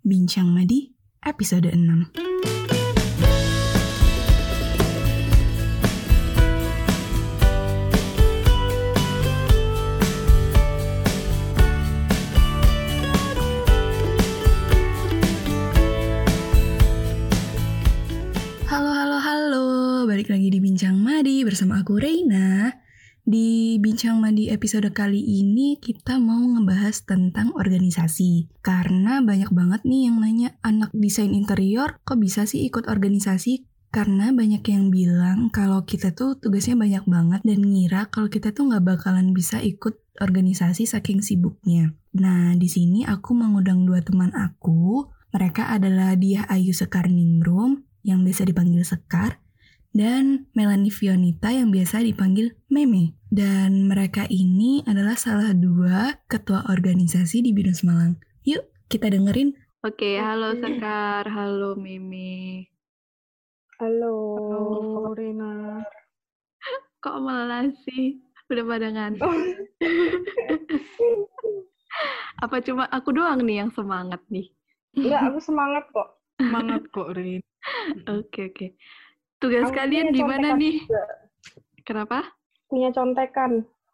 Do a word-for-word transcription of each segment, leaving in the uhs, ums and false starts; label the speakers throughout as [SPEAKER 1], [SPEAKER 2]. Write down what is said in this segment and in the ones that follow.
[SPEAKER 1] Bincang Madi, episode enam. Halo, halo, halo. Balik lagi di Bincang Madi bersama aku, Reina. Di Bincang Madi episode kali ini kita mau ngebahas tentang organisasi. Karena banyak banget nih yang nanya, anak desain interior kok bisa sih ikut organisasi? Karena banyak yang bilang kalau kita tuh tugasnya banyak banget dan ngira kalau kita tuh nggak bakalan bisa ikut organisasi saking sibuknya. Nah, di sini aku mengundang dua teman aku. Mereka adalah Diah Ayu Sekarningrum yang biasa dipanggil Sekar, dan Melanie Fionita yang biasa dipanggil Meme. Dan mereka ini adalah salah dua ketua organisasi di Binus Malang. Yuk, kita dengerin.
[SPEAKER 2] Oke, halo Sekar, halo Meme.
[SPEAKER 3] Halo,
[SPEAKER 4] Halo, Rina.
[SPEAKER 2] Kok malah sih? Udah pada ngantuk. Apa cuma aku doang nih yang semangat nih?
[SPEAKER 3] Enggak, aku semangat kok.
[SPEAKER 4] Semangat kok, Rin.
[SPEAKER 2] Oke, oke. Tugas
[SPEAKER 3] Aku
[SPEAKER 2] kalian
[SPEAKER 3] punya
[SPEAKER 2] gimana
[SPEAKER 3] contekan
[SPEAKER 2] nih?
[SPEAKER 3] juga.
[SPEAKER 2] Kenapa?
[SPEAKER 3] Punya contekan.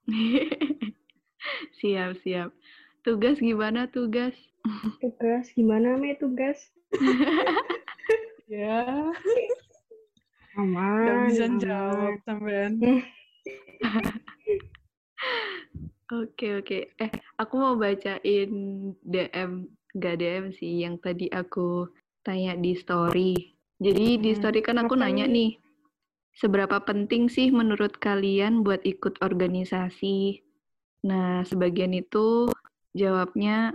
[SPEAKER 2] Siap, siap. Tugas gimana tugas?
[SPEAKER 3] Tugas, gimana Me tugas?
[SPEAKER 4] Ya,
[SPEAKER 3] Aman,
[SPEAKER 4] nggak bisa
[SPEAKER 3] aman.
[SPEAKER 4] jawab sampean.
[SPEAKER 2] Oke, oke. Eh, aku mau bacain D M, nggak D M sih, yang tadi aku tanya di story. Jadi di story kan aku
[SPEAKER 3] Apa
[SPEAKER 2] nanya
[SPEAKER 3] nih?
[SPEAKER 2] nih, seberapa penting sih menurut kalian buat ikut organisasi? Nah, sebagian itu jawabnya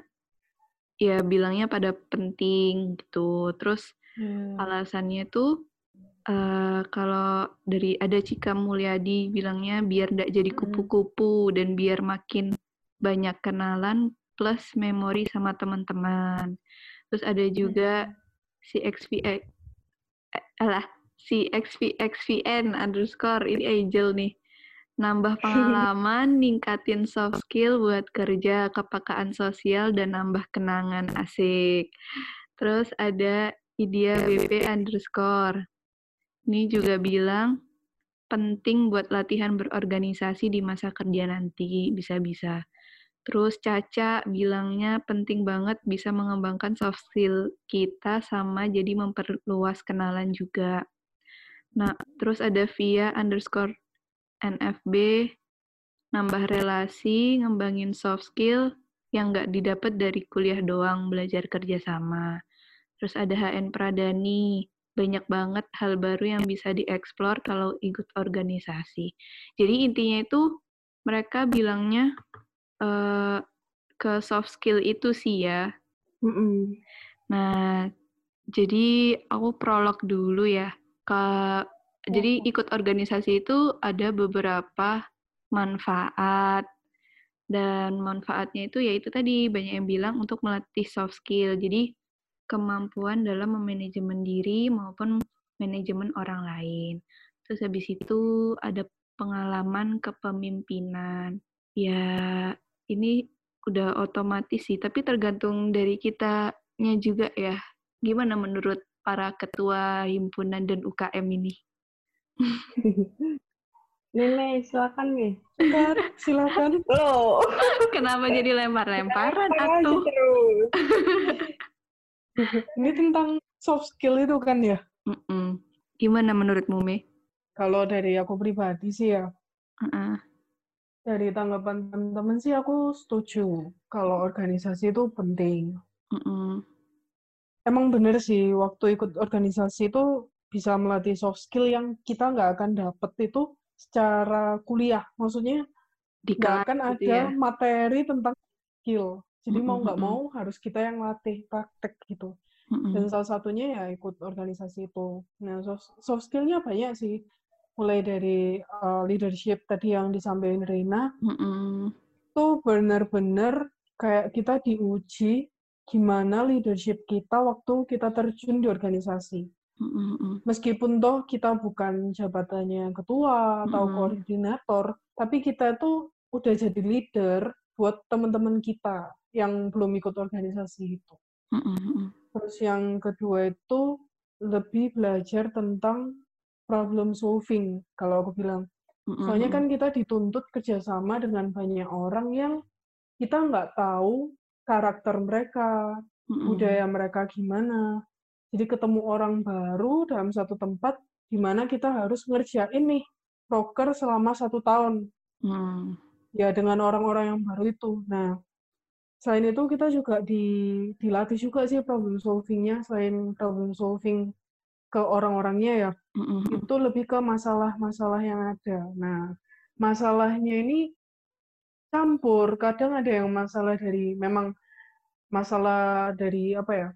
[SPEAKER 2] ya bilangnya pada penting gitu. Terus
[SPEAKER 4] Ya.
[SPEAKER 2] alasannya tuh uh, kalau dari ada Cika Mulyadi bilangnya biar nggak jadi kupu-kupu dan biar makin banyak kenalan plus memori sama teman-teman. Terus ada juga si X V X, eh, alah, si X V X V N underscore, ini Angel nih. Nambah pengalaman, ningkatin soft skill buat kerja, kepekaan sosial, dan nambah kenangan, asik. Terus ada Idia B P underscore. Ini juga bilang, penting buat latihan berorganisasi di masa kerja nanti, bisa-bisa. Terus Caca bilangnya penting banget bisa mengembangkan soft skill kita sama jadi memperluas kenalan juga. Nah, terus ada Via underscore N F B, nambah relasi, ngembangin soft skill yang nggak didapat dari kuliah doang, belajar kerjasama. Terus ada H N Pradani, banyak banget hal baru yang bisa dieksplor kalau ikut organisasi. Jadi intinya itu mereka bilangnya uh, ke soft skill itu sih ya.
[SPEAKER 3] Mm-mm.
[SPEAKER 2] Nah, jadi aku prolog dulu ya. Ke, jadi ikut organisasi itu ada beberapa manfaat. Dan manfaatnya itu yaitu tadi banyak yang bilang untuk melatih soft skill. Jadi kemampuan dalam memanajemen diri maupun manajemen orang lain. Terus habis itu ada pengalaman kepemimpinan. Ya, ini udah otomatis sih, tapi tergantung dari kitanya juga ya. Gimana menurut para ketua himpunan dan U K M ini?
[SPEAKER 3] Meme, silakan Me.
[SPEAKER 4] Sekar, silakan.
[SPEAKER 3] Loh,
[SPEAKER 2] Kenapa jadi lempar-lemparan
[SPEAKER 3] lempar aja
[SPEAKER 2] atuh?
[SPEAKER 3] terus.
[SPEAKER 4] Ini tentang soft skill itu kan ya?
[SPEAKER 2] Mm-mm. Gimana menurutmu, Me?
[SPEAKER 4] Kalau dari aku pribadi sih ya,
[SPEAKER 2] Uh-uh.
[SPEAKER 4] dari tanggapan teman-teman sih aku setuju kalau organisasi itu penting.
[SPEAKER 2] Mm-mm.
[SPEAKER 4] Emang bener sih, waktu ikut organisasi itu bisa melatih soft skill yang kita nggak akan dapet itu secara kuliah. Maksudnya
[SPEAKER 2] Di
[SPEAKER 4] nggak
[SPEAKER 2] kelas
[SPEAKER 4] akan
[SPEAKER 2] gitu
[SPEAKER 4] ada
[SPEAKER 2] ya.
[SPEAKER 4] materi tentang skill. Jadi mau nggak
[SPEAKER 2] Mm-mm.
[SPEAKER 4] mau harus kita yang latih praktek gitu.
[SPEAKER 2] Mm-mm.
[SPEAKER 4] Dan salah satunya ya ikut organisasi itu. Nah, soft, soft skill-nya banyak sih. Mulai dari uh, leadership tadi yang disampaikan Reina,
[SPEAKER 2] Mm-mm.
[SPEAKER 4] itu benar-benar kayak kita diuji gimana leadership kita waktu kita terjun di organisasi.
[SPEAKER 2] Mm-mm.
[SPEAKER 4] Meskipun toh kita bukan jabatannya ketua atau
[SPEAKER 2] Mm-mm.
[SPEAKER 4] koordinator, tapi kita tuh udah jadi leader buat teman-teman kita yang belum ikut organisasi itu.
[SPEAKER 2] Mm-mm.
[SPEAKER 4] Terus yang kedua itu lebih belajar tentang problem solving, kalau aku bilang. Soalnya
[SPEAKER 2] Mm-mm.
[SPEAKER 4] kan kita dituntut kerjasama dengan banyak orang yang kita nggak tahu karakter mereka,
[SPEAKER 2] Mm-mm.
[SPEAKER 4] budaya mereka gimana. Jadi ketemu orang baru dalam satu tempat di mana kita harus ngerjain nih proker selama satu tahun.
[SPEAKER 2] Mm.
[SPEAKER 4] Ya dengan orang-orang yang baru itu. Nah, selain itu kita juga di, dilatih juga sih problem solving-nya. Selain problem solving ke orang-orangnya ya,
[SPEAKER 2] Mm-mm.
[SPEAKER 4] itu lebih ke masalah-masalah yang ada. Nah, masalahnya ini campur. Kadang ada yang masalah dari, memang masalah dari apa ya,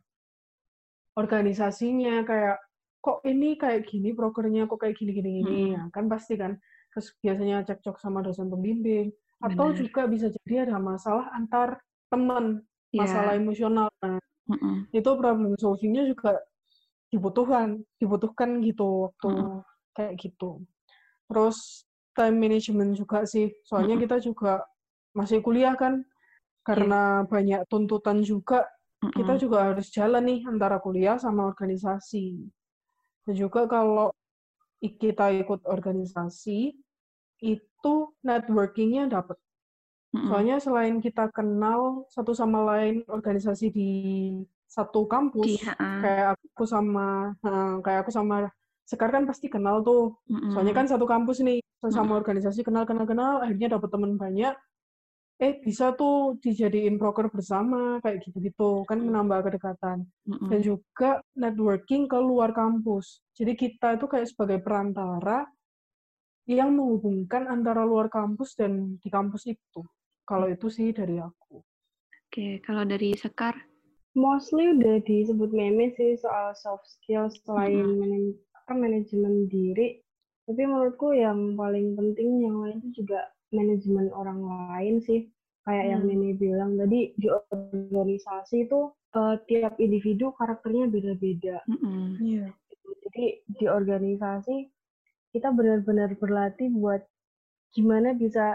[SPEAKER 4] organisasinya, kayak kok ini kayak gini prokernya, kok kayak gini gini gini,
[SPEAKER 2] Mm-mm.
[SPEAKER 4] ya kan pasti kan. Terus biasanya cekcok sama dosen pembimbing, atau
[SPEAKER 2] Benar.
[SPEAKER 4] juga bisa jadi ada masalah antar teman, masalah
[SPEAKER 2] Ya.
[SPEAKER 4] emosional. Nah,
[SPEAKER 2] Mm-mm.
[SPEAKER 4] itu problem solving-nya juga dibutuhkan, dibutuhkan gitu waktu
[SPEAKER 2] Mm-mm.
[SPEAKER 4] kayak gitu. Terus time management juga sih, soalnya
[SPEAKER 2] Mm-mm.
[SPEAKER 4] kita juga masih kuliah kan,
[SPEAKER 2] Ya.
[SPEAKER 4] karena banyak tuntutan juga, kita
[SPEAKER 2] Mm-mm.
[SPEAKER 4] juga harus jalan nih antara kuliah sama organisasi. Dan juga kalau kita ikut organisasi, itu networking-nya dapat.
[SPEAKER 2] Mm-mm.
[SPEAKER 4] Soalnya selain kita kenal satu sama lain organisasi di satu
[SPEAKER 2] Di,
[SPEAKER 4] kampus,
[SPEAKER 2] ha.
[SPEAKER 4] kayak aku sama eh, kayak aku sama Sekar kan pasti kenal tuh. Soalnya
[SPEAKER 2] Mm-mm.
[SPEAKER 4] kan satu kampus nih,
[SPEAKER 2] Mm-mm.
[SPEAKER 4] sama organisasi kenal-kenal-kenal, akhirnya dapat teman banyak. Eh bisa tuh dijadiin proker bersama, kayak gitu-gitu, kan menambah kedekatan. Dan
[SPEAKER 2] Mm-mm.
[SPEAKER 4] juga networking ke luar kampus. Jadi kita itu kayak sebagai perantara yang menghubungkan antara luar kampus dan di kampus itu. Kalau itu sih dari aku.
[SPEAKER 2] Oke, kalau dari Sekar?
[SPEAKER 3] Mostly udah disebut Meme sih soal soft skills selain
[SPEAKER 2] Mm-mm.
[SPEAKER 3] manem- apa, manajemen diri. Tapi menurutku yang paling penting yang lain itu juga manajemen orang lain sih. Kayak yang
[SPEAKER 4] Hmm.
[SPEAKER 3] Meme bilang tadi, di organisasi itu eh, tiap individu karakternya beda-beda.
[SPEAKER 2] Mm-mm.
[SPEAKER 4] Iya.
[SPEAKER 3] Jadi di organisasi kita benar-benar berlatih buat gimana bisa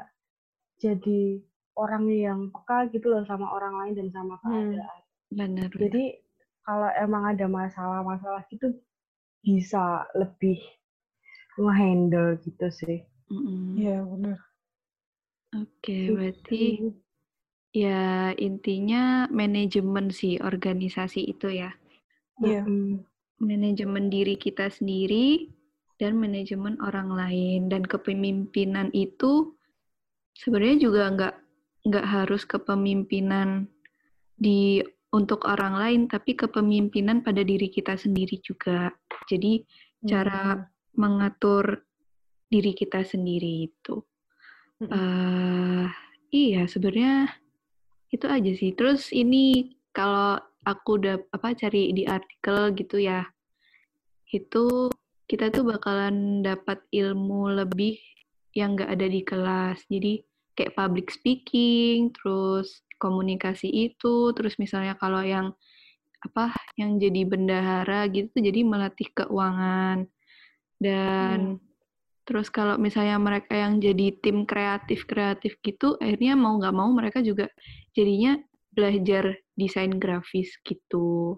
[SPEAKER 3] jadi orang yang peka gitu loh sama orang lain dan sama
[SPEAKER 4] Hmm.
[SPEAKER 3] keadaan.
[SPEAKER 2] Benar, benar.
[SPEAKER 3] Jadi kalau emang ada masalah-masalah gitu bisa lebih nge-handle gitu sih.
[SPEAKER 2] Mm-mm.
[SPEAKER 4] Iya, benar.
[SPEAKER 2] Oke,
[SPEAKER 3] Gitu.
[SPEAKER 2] berarti ya intinya manajemen sih organisasi itu ya.
[SPEAKER 4] Iya.
[SPEAKER 3] Mm-mm.
[SPEAKER 2] Manajemen diri kita sendiri dan manajemen orang lain. Dan kepemimpinan itu sebenarnya juga nggak nggak harus kepemimpinan di untuk orang lain, tapi kepemimpinan pada diri kita sendiri juga. Jadi cara
[SPEAKER 4] Hmm.
[SPEAKER 2] mengatur diri kita sendiri itu.
[SPEAKER 4] Mm-mm.
[SPEAKER 2] Uh, iya, sebenarnya itu aja sih. Terus ini kalau aku udah apa cari di artikel gitu ya, itu kita tuh bakalan dapat ilmu lebih yang nggak ada di kelas. Jadi kayak public speaking, terus komunikasi itu, terus misalnya kalau yang apa yang jadi bendahara gitu jadi melatih keuangan dan
[SPEAKER 4] Iya.
[SPEAKER 2] terus kalau misalnya mereka yang jadi tim kreatif-kreatif gitu, akhirnya mau nggak mau mereka juga jadinya belajar desain grafis gitu.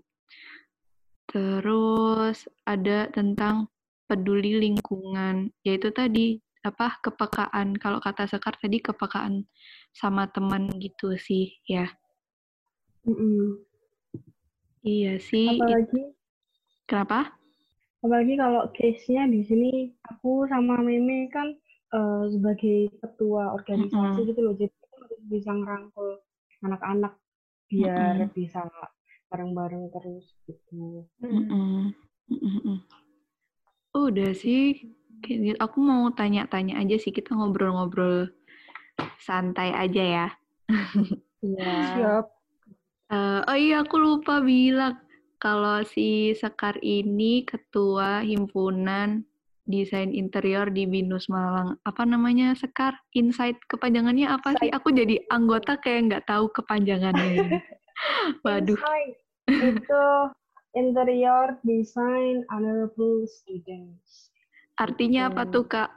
[SPEAKER 2] Terus ada tentang peduli lingkungan, yaitu tadi apa kepekaan. Kalau kata Sekar tadi kepekaan sama teman gitu sih ya.
[SPEAKER 3] Mm-mm.
[SPEAKER 2] Iya sih.
[SPEAKER 3] Apalagi
[SPEAKER 2] Kenapa?
[SPEAKER 3] apalagi kalau case-nya di sini aku sama Meme kan eh, sebagai ketua organisasi
[SPEAKER 2] Mm-mm.
[SPEAKER 3] gitu loh. Jadi kita harus bisa ngerangkul anak-anak biar
[SPEAKER 2] Mm-mm.
[SPEAKER 3] bisa bareng-bareng terus gitu.
[SPEAKER 2] Mm-mm. Mm-mm. Udah sih, kayak gitu. Aku mau tanya-tanya aja sih, kita ngobrol-ngobrol santai aja ya.
[SPEAKER 3] Iya.
[SPEAKER 4] Siap.
[SPEAKER 2] Uh, oh iya, aku lupa bilang kalau si Sekar ini ketua himpunan desain interior di BINUS Malang. Apa namanya Sekar? Insight kepanjangannya apa sih?
[SPEAKER 3] Insight.
[SPEAKER 2] Aku jadi anggota kayak nggak tahu kepanjangannya. Waduh.
[SPEAKER 3] Insight itu interior design honorable students.
[SPEAKER 2] Artinya
[SPEAKER 3] Gitu.
[SPEAKER 2] apa tuh, Kak?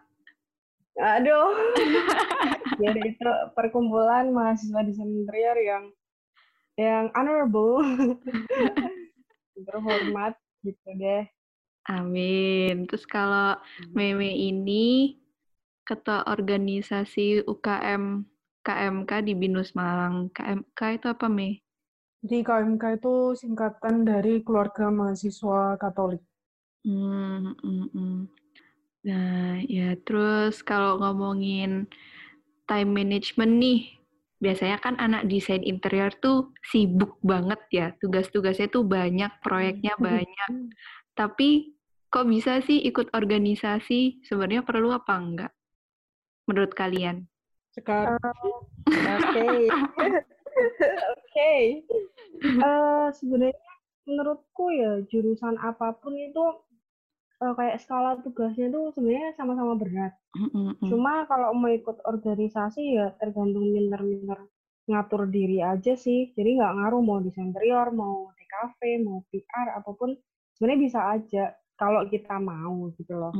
[SPEAKER 3] Aduh. Jadi itu perkumpulan mahasiswa desain interior yang yang honorable, terhormat gitu deh.
[SPEAKER 2] Amin. Terus kalau Meme ini ketua organisasi U K M K M K di Binus Malang. K M K itu apa, Me?
[SPEAKER 4] Jadi K M K itu singkatan dari Keluarga Mahasiswa Katolik.
[SPEAKER 2] Hmm, hmm, hmm. Nah, ya terus kalau ngomongin time management nih, biasanya kan anak desain interior tuh sibuk banget ya, tugas-tugasnya tuh banyak, proyeknya banyak. Tapi kok bisa sih ikut organisasi? Sebenarnya perlu apa enggak? Menurut kalian?
[SPEAKER 4] Sekarang
[SPEAKER 3] Oke, oke. Eh, Sebenarnya menurutku ya jurusan apapun itu eh, kayak skala tugasnya tuh sebenarnya sama-sama berat. Cuma kalau mau ikut organisasi ya tergantung pinter-pinter ngatur diri aja sih. Jadi nggak ngaruh mau desain interior, mau T K V, mau P R, apapun. Sebenarnya bisa aja kalau kita mau gitu loh.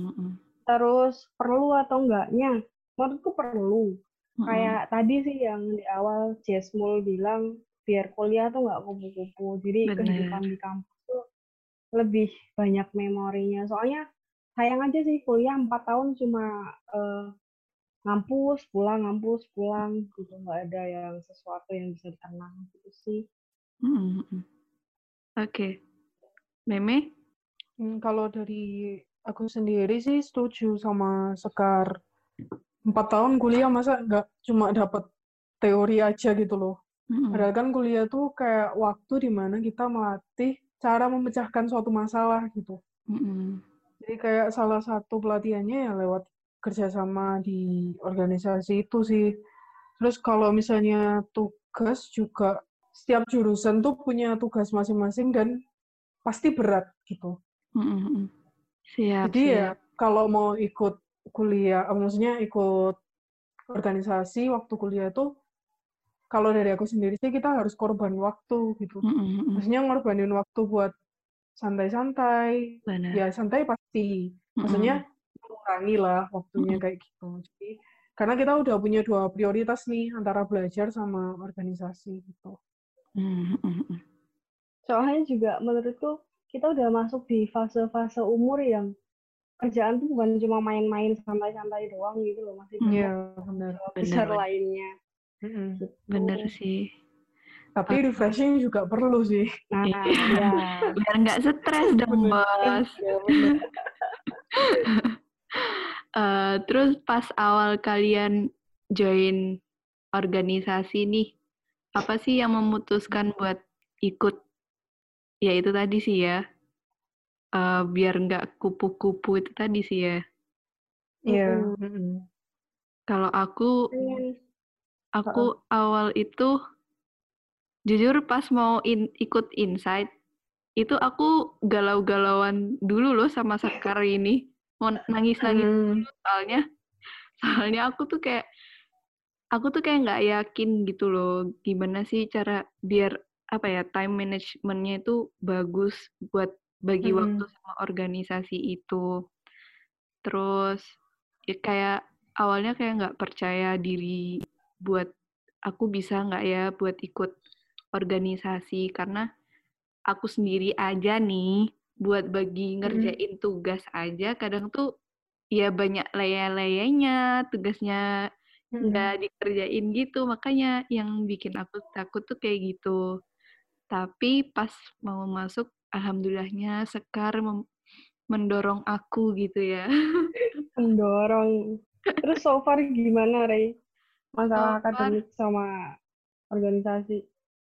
[SPEAKER 3] Terus perlu atau enggaknya? Menurutku perlu. Kayak tadi sih yang di awal Jasmul bilang biar kuliah tuh nggak kupu-kupu. Jadi
[SPEAKER 2] Bener.
[SPEAKER 3] kehidupan di kampus tuh lebih banyak memorinya. Soalnya sayang aja sih kuliah empat tahun cuma eh, ngampus, pulang, ngampus, pulang gitu. Nggak ada yang sesuatu yang bisa dikenang gitu sih.
[SPEAKER 2] Oke. Okay. Meme?
[SPEAKER 4] Hmm, kalau dari aku sendiri sih setuju sama Sekar. Empat tahun kuliah masa nggak cuma dapat teori aja gitu loh. Padahal kan kuliah tuh kayak waktu di mana kita melatih cara memecahkan suatu masalah gitu. Jadi kayak salah satu pelatihannya ya lewat kerjasama di organisasi itu sih. Terus kalau misalnya tugas juga, setiap jurusan tuh punya tugas masing-masing dan pasti berat gitu.
[SPEAKER 2] Siap,
[SPEAKER 4] Jadi
[SPEAKER 2] siap.
[SPEAKER 4] ya kalau mau ikut kuliah, maksudnya ikut organisasi waktu kuliah tuh, kalau dari aku sendiri sih kita harus korban waktu gitu. Maksudnya ngorbanin waktu buat santai-santai,
[SPEAKER 2] Benar.
[SPEAKER 4] ya santai pasti. Maksudnya mengurangi lah waktunya kayak gitu. Jadi karena kita udah punya dua prioritas nih antara belajar sama organisasi gitu.
[SPEAKER 3] Soalnya juga menurutku kita udah masuk di fase-fase umur yang kerjaan tuh bukan cuma main-main santai-santai doang gitu loh, masih banyak
[SPEAKER 4] Iya, benar.
[SPEAKER 3] besar lainnya.
[SPEAKER 4] Mm-mm.
[SPEAKER 3] Gitu.
[SPEAKER 2] Bener sih.
[SPEAKER 4] Tapi refreshing juga perlu sih.
[SPEAKER 3] Nah,
[SPEAKER 2] Iya.
[SPEAKER 3] ya.
[SPEAKER 2] Biar nggak stres dong, Bos.
[SPEAKER 3] Ya, bener.
[SPEAKER 2] Uh, terus pas awal kalian join organisasi nih, apa sih yang memutuskan buat ikut? Ya itu tadi sih ya, uh, biar nggak kupu-kupu itu tadi sih ya.
[SPEAKER 4] Iya.
[SPEAKER 2] Kalau aku,
[SPEAKER 3] Pengen.
[SPEAKER 2] aku awal itu jujur pas mau in, ikut Insight, itu aku galau-galauan dulu loh sama Sekar ini. Mau nangis-nangis dulu soalnya. Soalnya aku tuh kayak, aku tuh kayak nggak yakin gitu loh, gimana sih cara biar, apa ya, time managementnya itu bagus buat bagi waktu sama organisasi itu. Terus, ya kayak, awalnya kayak nggak percaya diri buat, aku bisa nggak ya buat ikut organisasi, karena aku sendiri aja nih, buat bagi ngerjain tugas aja, kadang tuh ya banyak leye-leyenya, tugasnya nggak dikerjain gitu, makanya yang bikin aku takut tuh kayak gitu. Tapi pas mau masuk, alhamdulillahnya Sekar mem- mendorong aku gitu ya.
[SPEAKER 3] Mendorong. Terus so far gimana, Rey? Masalah
[SPEAKER 2] So far,
[SPEAKER 3] akademik sama organisasi.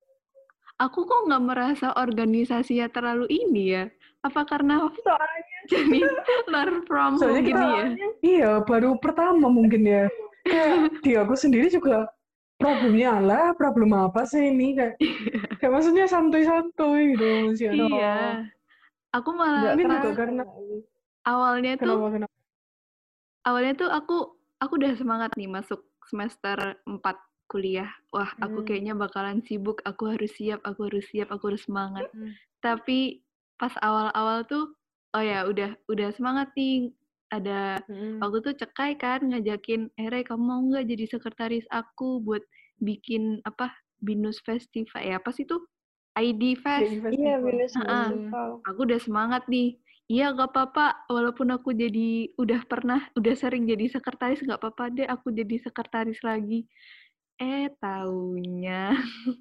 [SPEAKER 2] aku kok nggak merasa organisasinya terlalu ini ya? Apa karena
[SPEAKER 3] Soalnya,
[SPEAKER 2] jadi learn from
[SPEAKER 4] Soalnya
[SPEAKER 2] home
[SPEAKER 4] kita,
[SPEAKER 2] gini ya?
[SPEAKER 4] iya, baru pertama mungkin ya. Kayak di aku sendiri juga problemnya lah, problem apa sih ini? Kayak, kayak maksudnya santuy-santuy gitu masih ada.
[SPEAKER 2] Iya. Aku malah
[SPEAKER 3] nggak
[SPEAKER 4] Mungkin juga
[SPEAKER 3] kerasa.
[SPEAKER 4] karena
[SPEAKER 2] awalnya tuh
[SPEAKER 4] kenapa kenapa?
[SPEAKER 2] awalnya tuh aku aku udah semangat nih masuk semester empat kuliah. Wah, aku kayaknya bakalan sibuk, aku harus siap, aku harus siap, aku harus semangat. Tapi pas awal-awal tuh, oh ya udah udah semangat nih. Ada waktu tuh Cekai kan ngajakin, "Eh Rey, kamu mau nggak jadi sekretaris aku buat bikin apa Binus Festival ya, apa sih tuh? I D Fest.
[SPEAKER 4] B I
[SPEAKER 3] Iya,
[SPEAKER 4] Festival.
[SPEAKER 3] Binus
[SPEAKER 2] Heeh.
[SPEAKER 3] Festival.
[SPEAKER 2] Aku udah semangat nih. Iya gak apa-apa, walaupun aku jadi udah pernah, udah sering jadi sekretaris, gak apa-apa deh aku jadi sekretaris lagi. Eh, taunya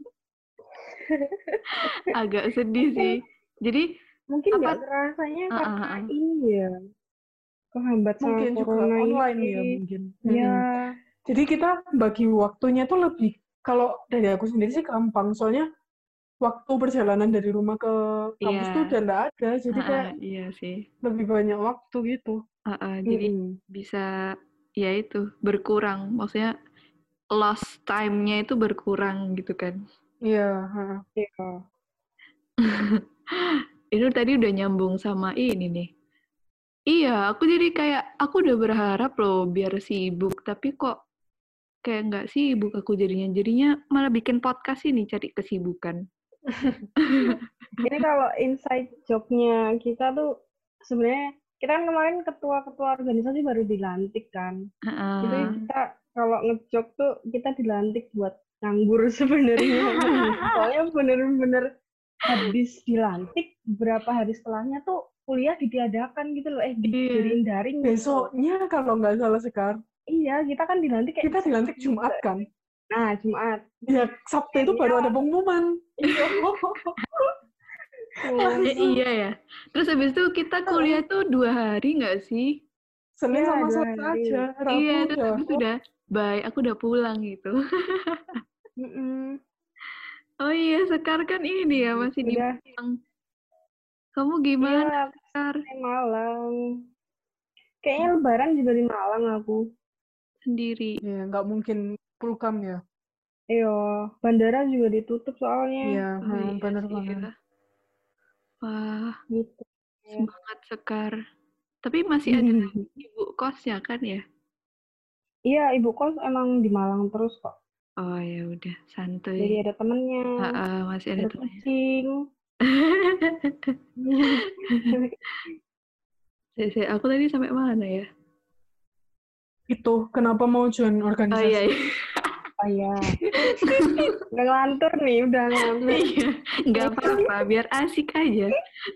[SPEAKER 2] agak sedih sih. Jadi
[SPEAKER 3] Mungkin
[SPEAKER 2] apa?
[SPEAKER 3] nggak kerasanya
[SPEAKER 2] Uh, uh,
[SPEAKER 3] karena
[SPEAKER 2] uh.
[SPEAKER 3] ini ya, kehambat sama
[SPEAKER 4] Mungkin juga
[SPEAKER 3] corona
[SPEAKER 4] online
[SPEAKER 3] ini.
[SPEAKER 4] ya mungkin.
[SPEAKER 3] Ya,
[SPEAKER 4] Mm-mm. Jadi kita bagi waktunya tuh lebih, kalau dari aku sendiri sih gampang, soalnya waktu perjalanan dari rumah ke kampus
[SPEAKER 2] Iya,
[SPEAKER 4] tuh udah nggak ada, jadi
[SPEAKER 2] uh, uh,
[SPEAKER 4] kayak
[SPEAKER 2] iya sih.
[SPEAKER 4] lebih banyak waktu gitu.
[SPEAKER 2] Uh, uh, jadi
[SPEAKER 3] mm-mm.
[SPEAKER 2] bisa ya itu berkurang, maksudnya lost time-nya itu berkurang gitu kan.
[SPEAKER 4] Iya. heeh.
[SPEAKER 3] Iya.
[SPEAKER 2] Itu tadi udah nyambung sama ini nih. Iya, aku jadi kayak, aku udah berharap loh biar sibuk, tapi kok kayak nggak sibuk aku jadinya. Jadinya malah bikin podcast ini cari kesibukan.
[SPEAKER 3] Ini kalau inside joke-nya kita tuh sebenarnya kita kan kemarin ketua-ketua organisasi baru dilantik kan.
[SPEAKER 2] Uh,
[SPEAKER 3] Itu kita kalau ngejok tuh kita dilantik buat nganggur sebenarnya. Soalnya bener-bener habis dilantik beberapa hari setelahnya tuh kuliah ditiadakan gitu loh, eh dijadiin daring gitu.
[SPEAKER 4] Besoknya kalau nggak salah Sekar,
[SPEAKER 3] Iya, kita kan dilantik kayak
[SPEAKER 4] kita dilantik Jumat kan?
[SPEAKER 3] Nah, Jumat.
[SPEAKER 4] Ya, Sabtu itu baru ada pengumuman.
[SPEAKER 3] Iya.
[SPEAKER 2] Eh, iya ya. Terus habis itu kita kuliah tuh dua hari nggak sih?
[SPEAKER 4] Senin
[SPEAKER 3] Iya,
[SPEAKER 4] sama
[SPEAKER 3] dua
[SPEAKER 4] Selasa
[SPEAKER 3] hari.
[SPEAKER 4] aja. Rabu
[SPEAKER 2] Iya, terus
[SPEAKER 4] udah.
[SPEAKER 2] habis itu udah bye, aku udah pulang gitu.
[SPEAKER 3] Mm-mm.
[SPEAKER 2] Oh iya, Sekar kan ini ya masih di
[SPEAKER 3] Udah.
[SPEAKER 2] Malang. Kamu gimana,
[SPEAKER 3] Iya,
[SPEAKER 2] Sekar?
[SPEAKER 3] di Malang. Kayaknya Lebaran juga di Malang aku.
[SPEAKER 2] Sendiri.
[SPEAKER 4] Ya, nggak mungkin pulkam ya.
[SPEAKER 3] Iya, bandara juga ditutup soalnya.
[SPEAKER 4] Iya,
[SPEAKER 2] Oh,
[SPEAKER 4] hmm,
[SPEAKER 2] iya
[SPEAKER 4] bener
[SPEAKER 2] sih,
[SPEAKER 4] banget.
[SPEAKER 2] ya. Wah,
[SPEAKER 3] Gitu.
[SPEAKER 2] semangat Sekar. Tapi masih ada ibu kosnya kan ya?
[SPEAKER 3] Iya, ibu kos emang di Malang terus kok.
[SPEAKER 2] Oh ya udah, santuy.
[SPEAKER 3] Jadi ada temennya,
[SPEAKER 2] Ah, ah, masih ada
[SPEAKER 3] ada
[SPEAKER 2] temannya.
[SPEAKER 3] kucing.
[SPEAKER 2] Saya, saya, aku tadi sampai mana ya?
[SPEAKER 4] Itu, kenapa mau join
[SPEAKER 2] Oh
[SPEAKER 4] organisasi?
[SPEAKER 2] iya, iya.
[SPEAKER 3] Oh iya. Udah ngelantur nih, udah ngelantur.
[SPEAKER 2] Iya, nggak apa-apa, biar asik aja.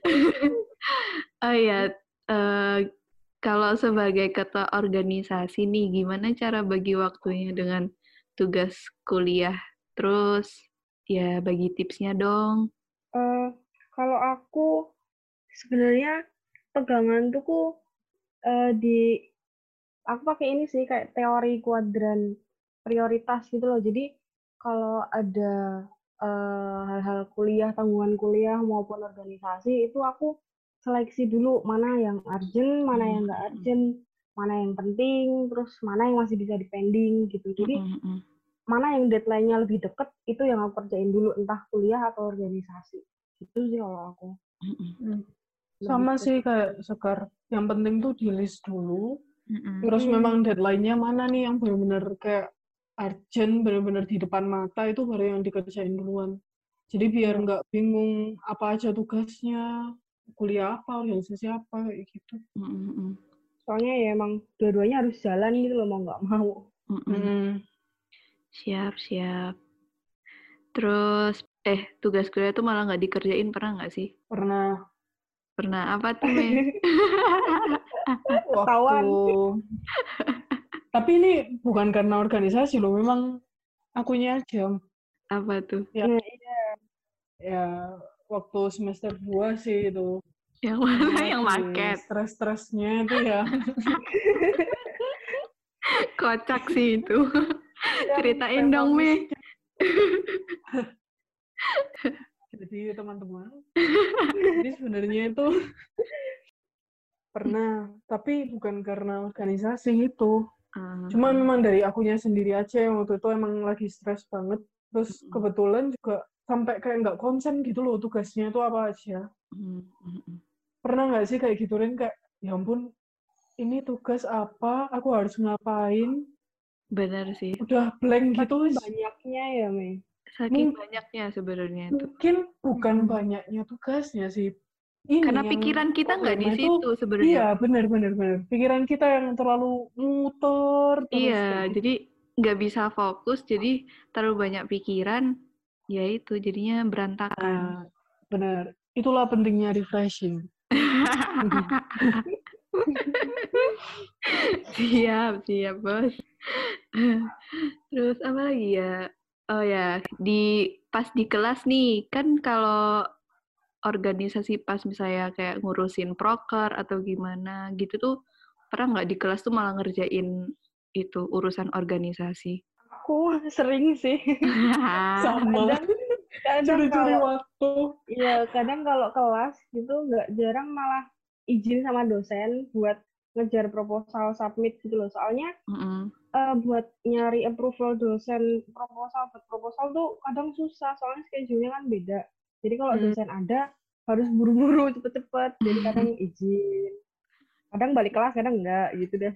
[SPEAKER 2] Oh iya, eh, kalau sebagai ketua organisasi nih, gimana cara bagi waktunya dengan tugas kuliah? Terus, ya bagi tipsnya dong.
[SPEAKER 3] Eh, kalau aku sebenarnya pegangan tuh eh, di aku pakai ini sih kayak teori kuadran prioritas gitu loh. Jadi kalau ada eh, hal-hal kuliah, tanggungan kuliah maupun organisasi itu aku seleksi dulu mana yang urgent, mana yang nggak urgent, mana yang penting, terus mana yang masih bisa dipending gitu. Jadi
[SPEAKER 2] Mm-mm.
[SPEAKER 3] mana yang deadline-nya lebih deket itu yang aku kerjain dulu entah kuliah atau organisasi. Itu sih kalau aku.
[SPEAKER 2] Mm-mm.
[SPEAKER 4] Sama
[SPEAKER 3] Lebih
[SPEAKER 4] sih
[SPEAKER 3] ke-
[SPEAKER 4] kayak Sekar. Yang penting tuh di list dulu.
[SPEAKER 2] Mm-mm.
[SPEAKER 4] Terus
[SPEAKER 3] Hmm.
[SPEAKER 4] memang deadline-nya mana nih yang benar-benar kayak urgent, benar-benar di depan mata, itu baru yang dikerjain duluan. Jadi biar
[SPEAKER 3] Iya.
[SPEAKER 4] nggak bingung apa aja tugasnya, kuliah apa, organisasi apa, kayak gitu.
[SPEAKER 2] Mm-mm.
[SPEAKER 3] Soalnya ya emang dua-duanya harus jalan gitu loh mau nggak mau.
[SPEAKER 2] Mm-mm.
[SPEAKER 4] Mm-mm.
[SPEAKER 2] Siap, siap. Terus, eh, tugas kuliah tuh malah nggak dikerjain, pernah nggak sih?
[SPEAKER 4] Pernah
[SPEAKER 2] Pernah apa tuh, Mei?
[SPEAKER 3] Ketahuan.
[SPEAKER 4] waktu tapi ini bukan karena organisasi loh, memang akunya aja.
[SPEAKER 2] Apa tuh?
[SPEAKER 4] Ya,
[SPEAKER 3] Nah,
[SPEAKER 4] ya waktu semester dua sih itu.
[SPEAKER 2] Yang mana yang
[SPEAKER 4] Lagi
[SPEAKER 2] market?
[SPEAKER 4] stres-stresnya itu ya.
[SPEAKER 2] Kocak sih itu.
[SPEAKER 3] yang
[SPEAKER 2] Ceritain
[SPEAKER 3] memang
[SPEAKER 2] dong, Mei.
[SPEAKER 4] Jadi teman-teman, jadi sebenarnya itu pernah, tapi bukan karena organisasi itu.
[SPEAKER 2] Uh,
[SPEAKER 4] Cuma memang dari akunya sendiri aja yang waktu itu emang lagi stres banget. Terus
[SPEAKER 2] Mm-mm.
[SPEAKER 4] kebetulan juga sampai kayak nggak konsen gitu loh tugasnya itu apa aja.
[SPEAKER 2] mm-mm.
[SPEAKER 4] Pernah nggak sih kayak gitu, Ren? Kayak, ya ampun, ini tugas apa? Aku harus ngapain?
[SPEAKER 2] Benar sih.
[SPEAKER 4] Udah blank gitu.
[SPEAKER 3] saking banyaknya ya, Mei.
[SPEAKER 2] Saking
[SPEAKER 4] Mung-
[SPEAKER 2] banyaknya sebenarnya itu.
[SPEAKER 4] Mungkin bukan
[SPEAKER 3] Hmm.
[SPEAKER 4] banyaknya tugasnya sih. Ini
[SPEAKER 2] Karena
[SPEAKER 4] yang
[SPEAKER 2] pikiran kita nggak di
[SPEAKER 4] problemnya itu-
[SPEAKER 2] situ sebenarnya.
[SPEAKER 4] Iya, benar benar benar. Pikiran kita yang terlalu muter terus.
[SPEAKER 2] Iya,
[SPEAKER 4] kayak gitu.
[SPEAKER 2] jadi nggak bisa fokus, jadi terlalu banyak pikiran, ya itu jadinya berantakan.
[SPEAKER 4] Nah, benar. Itulah pentingnya refreshing.
[SPEAKER 2] Siap, siap, Bos. Terus apa lagi ya? Oh ya, di pas di kelas nih, kan kalau organisasi pas misalnya kayak ngurusin proker atau gimana gitu tuh, pernah nggak di kelas tuh malah ngerjain itu urusan organisasi?
[SPEAKER 3] Aku sering sih.
[SPEAKER 4] Sama.
[SPEAKER 3] Kadang kadang
[SPEAKER 4] Curi-curi
[SPEAKER 3] kalau
[SPEAKER 4] waktu.
[SPEAKER 3] iya kadang kalau kelas gitu nggak jarang malah izin sama dosen buat ngejar proposal submit gitu loh. Soalnya
[SPEAKER 2] Mm-mm.
[SPEAKER 3] eh, buat nyari approval dosen proposal buat proposal tuh kadang susah soalnya schedule-nya kan beda. Jadi kalau
[SPEAKER 4] Hmm.
[SPEAKER 3] dosen ada harus buru-buru cepet-cepet. Jadi kadang izin. Kadang balik kelas, kadang enggak gitu deh.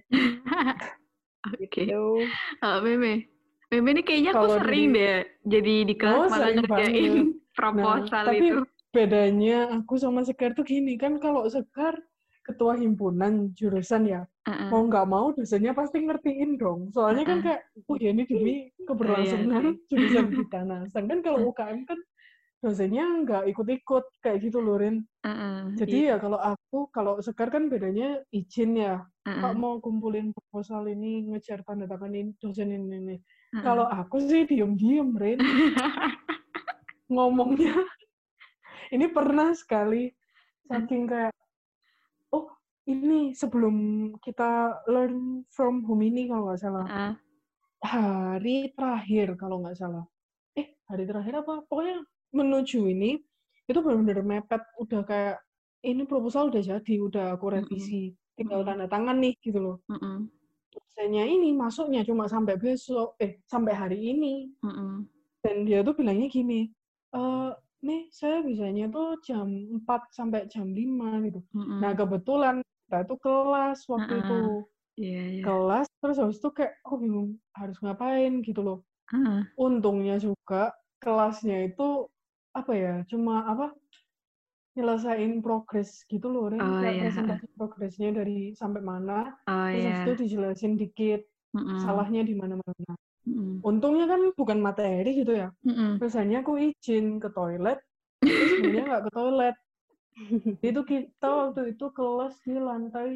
[SPEAKER 2] Oke.
[SPEAKER 3] Gitu.
[SPEAKER 2] Oh, Meme. Meme ini kayaknya aku
[SPEAKER 4] Kalau
[SPEAKER 2] sering
[SPEAKER 4] dari-
[SPEAKER 2] deh jadi di kelas
[SPEAKER 4] Oh,
[SPEAKER 2] malah
[SPEAKER 4] sering
[SPEAKER 2] ngerjain
[SPEAKER 4] banget.
[SPEAKER 2] proposal
[SPEAKER 4] Nah, tapi
[SPEAKER 2] itu.
[SPEAKER 4] bedanya aku sama Sekar tuh gini, kan kalau Sekar ketua himpunan jurusan ya,
[SPEAKER 2] Uh-uh.
[SPEAKER 4] mau nggak mau dosennya pasti ngertiin dong. Soalnya kan
[SPEAKER 2] Uh-uh.
[SPEAKER 4] kayak, oh ya ini demi keberlangsungan
[SPEAKER 2] Iya sih.
[SPEAKER 4] jurusan kita. Nah, sedangkan kalau U K M kan dosennya nggak ikut-ikut kayak gitu loh, Rin.
[SPEAKER 2] Uh-uh.
[SPEAKER 4] Jadi
[SPEAKER 2] Iya.
[SPEAKER 4] ya kalau aku, kalau Sekar kan bedanya izin ya. Pak
[SPEAKER 2] Uh-uh.
[SPEAKER 4] mau kumpulin proposal ini, ngejar tanda tangan ini, dosen ini, ini.
[SPEAKER 2] Uh-uh.
[SPEAKER 4] Kalau aku sih diem-diem, Rin. Ngomongnya. Ini pernah sekali, saking kayak, oh ini sebelum kita learn from home ini kalau nggak salah.
[SPEAKER 2] Uh-uh.
[SPEAKER 4] Hari terakhir kalau nggak salah. Eh, hari terakhir apa? Pokoknya menuju ini, itu benar-benar mepet, udah kayak, ini proposal udah jadi, udah aku revisi. Tinggal
[SPEAKER 2] Mm-mm.
[SPEAKER 4] tanda tangan nih, gitu loh.
[SPEAKER 2] Mm-mm.
[SPEAKER 4] Dosennya ini masuknya cuma sampai besok, eh, sampai hari ini.
[SPEAKER 2] Mm-mm.
[SPEAKER 4] Dan dia tuh bilangnya gini, e, nih saya bisanya tuh jam empat sampai jam lima gitu.
[SPEAKER 2] Mm-mm.
[SPEAKER 4] Nah kebetulan kita tuh kelas waktu
[SPEAKER 2] Uh-uh.
[SPEAKER 4] itu.
[SPEAKER 2] Iya, iya.
[SPEAKER 4] Kelas, terus habis itu kayak, oh bingung harus ngapain gitu loh.
[SPEAKER 2] Uh-uh.
[SPEAKER 4] Untungnya juga kelasnya itu, apa ya, cuma apa, nyelesain progres gitu loh, Ren.
[SPEAKER 2] Oh,
[SPEAKER 4] Kayak
[SPEAKER 2] iya.
[SPEAKER 4] presentasi progresnya dari sampai mana,
[SPEAKER 2] Oh,
[SPEAKER 4] terus habis
[SPEAKER 2] iya.
[SPEAKER 4] itu dijelasin dikit,
[SPEAKER 2] Mm-mm.
[SPEAKER 4] salahnya di mana-mana.
[SPEAKER 2] Mm-mm.
[SPEAKER 4] Untungnya kan bukan materi gitu ya.
[SPEAKER 2] Mm-mm.
[SPEAKER 4] Biasanya aku izin ke toilet, tapi sebenarnya nggak ke toilet. Itu kita waktu itu kelas di lantai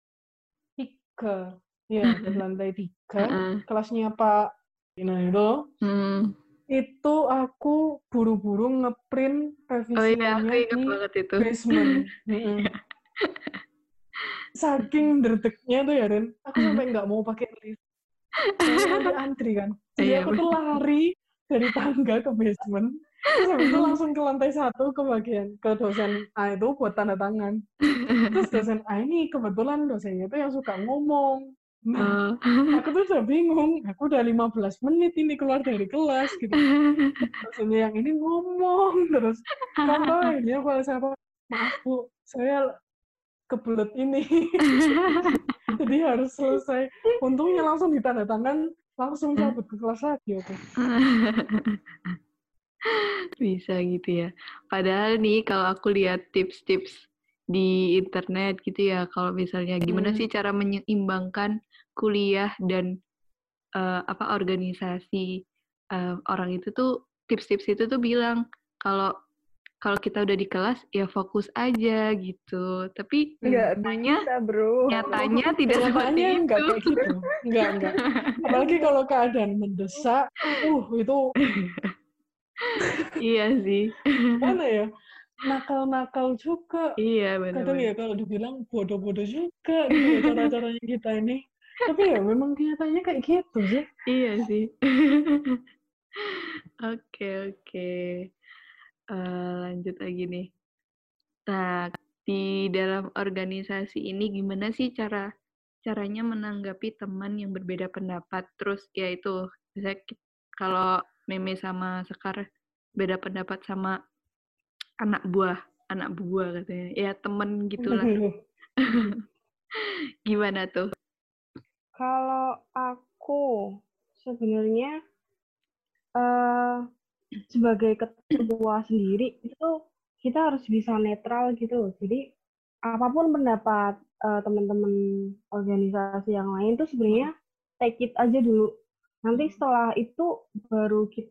[SPEAKER 4] tiga. Ya, di lantai tiga.
[SPEAKER 2] Uh-uh.
[SPEAKER 4] Kelasnya Pak. Nah itu,
[SPEAKER 2] Mm.
[SPEAKER 4] itu aku buru-buru ngeprint
[SPEAKER 2] Oh iya, aku
[SPEAKER 4] revisiannya
[SPEAKER 2] ingat
[SPEAKER 4] di
[SPEAKER 2] banget itu.
[SPEAKER 4] basement. Mm-mm. Saking derdeknya tuh ya, Ren. Aku sampai nggak mau pakai lift. Soalnya nanti antri kan. Jadi
[SPEAKER 2] Iya,
[SPEAKER 4] aku tuh lari dari tangga ke basement. Terus habis itu langsung ke lantai satu ke bagian ke dosen A itu buat tanda tangan. Terus dosen A ini kebetulan dosennya itu yang suka ngomong. Nah,
[SPEAKER 2] Oh.
[SPEAKER 4] aku tuh udah bingung. Aku udah lima belas menit ini keluar dari kelas gitu. Dosennya yang ini ngomong terus. Kamu akhirnya aku alasan apa? Maaf Bu, saya kebelet ini. Jadi harus selesai. Untungnya langsung ditanda tangan, langsung cabut ke kelas lagi aku.
[SPEAKER 2] Bisa gitu ya. Padahal nih kalau aku lihat tips-tips di internet gitu ya, kalau misalnya gimana
[SPEAKER 4] Hmm.
[SPEAKER 2] sih cara menyeimbangkan kuliah dan uh, apa organisasi uh, orang itu tuh tips-tips itu tuh bilang kalau kalau kita udah di kelas ya fokus aja gitu. Tapi
[SPEAKER 3] Nggak
[SPEAKER 2] nyatanya
[SPEAKER 3] bisa, bro.
[SPEAKER 2] nyatanya tidak seperti
[SPEAKER 4] Kenyataannya
[SPEAKER 2] itu.
[SPEAKER 4] nggak kayak gitu. Nggak, nggak. Apalagi kalau keadaan mendesak, uh itu
[SPEAKER 2] Iya sih.
[SPEAKER 4] mana ya? Nakal-nakal juga.
[SPEAKER 2] Iya
[SPEAKER 4] Kadang ya
[SPEAKER 2] benar-benar.
[SPEAKER 4] kalau dibilang bodoh-bodoh juga gitu ya cara-caranya kita ini. Tapi ya memang kenyataannya kayak gitu sih.
[SPEAKER 2] Iya sih. Oke oke. Eh, lanjut lagi nih. Nah, di dalam organisasi ini gimana sih cara caranya menanggapi teman yang berbeda pendapat? Terus ya itu, misalnya ki- kalau Meme sama Sekar beda pendapat sama anak buah, anak buah katanya. Ya temen gitulah. Gimana tuh?
[SPEAKER 3] Kalau aku sebenarnya eh sebagai ketua sendiri itu kita harus bisa netral gitu loh. Jadi apapun pendapat eh, teman-teman organisasi yang lain tuh sebenarnya take it aja dulu. Nanti setelah itu baru kita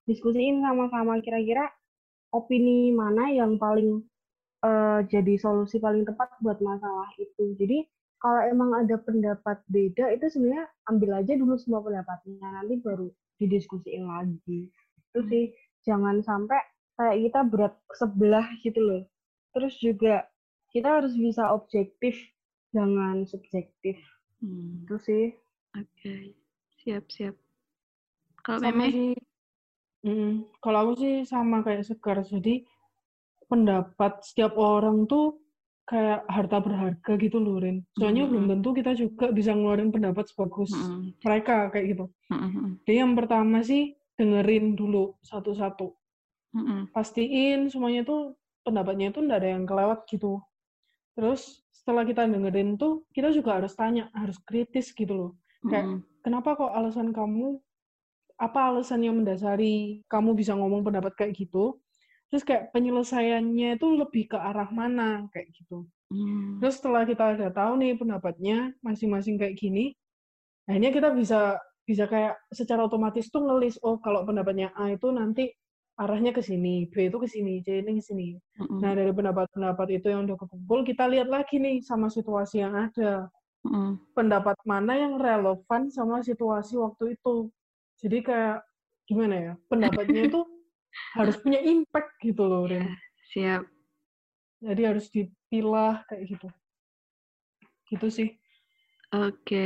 [SPEAKER 3] diskusiin sama-sama kira-kira opini mana yang paling eh, jadi solusi paling tepat buat masalah itu. Jadi kalau emang ada pendapat beda itu sebenarnya ambil aja dulu semua pendapatnya, nanti baru didiskusiin lagi. Itu sih, jangan sampai kayak kita berat sebelah gitu loh. Terus juga kita harus bisa objektif, jangan subjektif.
[SPEAKER 2] Hmm.
[SPEAKER 3] Itu sih.
[SPEAKER 2] Oke, siap-siap. Kalau
[SPEAKER 4] Sama
[SPEAKER 2] Meme?
[SPEAKER 4] sih. Mm, kalau aku sih sama kayak Sekar. Jadi pendapat setiap orang tuh kayak harta berharga gitu loh, Rin. Soalnya belum
[SPEAKER 2] Mm-mm.
[SPEAKER 4] tentu kita juga bisa ngeluarin pendapat sebagus
[SPEAKER 2] Mm-mm.
[SPEAKER 4] mereka kayak gitu.
[SPEAKER 2] Mm-mm.
[SPEAKER 4] Jadi yang pertama sih dengerin dulu satu-satu.
[SPEAKER 2] Mm-mm.
[SPEAKER 4] Pastiin semuanya tuh pendapatnya itu nggak ada yang kelewat gitu. Terus setelah kita dengerin tuh kita juga harus tanya, harus kritis gitu loh. Kayak
[SPEAKER 2] Mm-mm.
[SPEAKER 4] kenapa kok alasan kamu, apa alasan yang mendasari kamu bisa ngomong pendapat kayak gitu? Terus kayak penyelesaiannya itu lebih ke arah mana kayak gitu.
[SPEAKER 2] Mm.
[SPEAKER 4] Terus setelah kita udah tahu nih pendapatnya masing-masing kayak gini, akhirnya kita bisa bisa kayak secara otomatis tuh ngelis, oh kalau pendapatnya A itu nanti arahnya ke sini, B itu ke sini, C ini ke sini.
[SPEAKER 2] Mm-mm.
[SPEAKER 4] Nah, dari pendapat-pendapat itu yang udah kekumpul, kita lihat lagi nih sama situasi yang ada.
[SPEAKER 2] Mm-mm.
[SPEAKER 4] Pendapat mana yang relevan sama situasi waktu itu. Jadi kayak gimana ya? Pendapatnya itu harus punya impact gitu loh,
[SPEAKER 2] Ya,
[SPEAKER 4] Rin.
[SPEAKER 2] siap.
[SPEAKER 4] Jadi harus dipilah kayak gitu. Gitu sih.
[SPEAKER 2] Oke.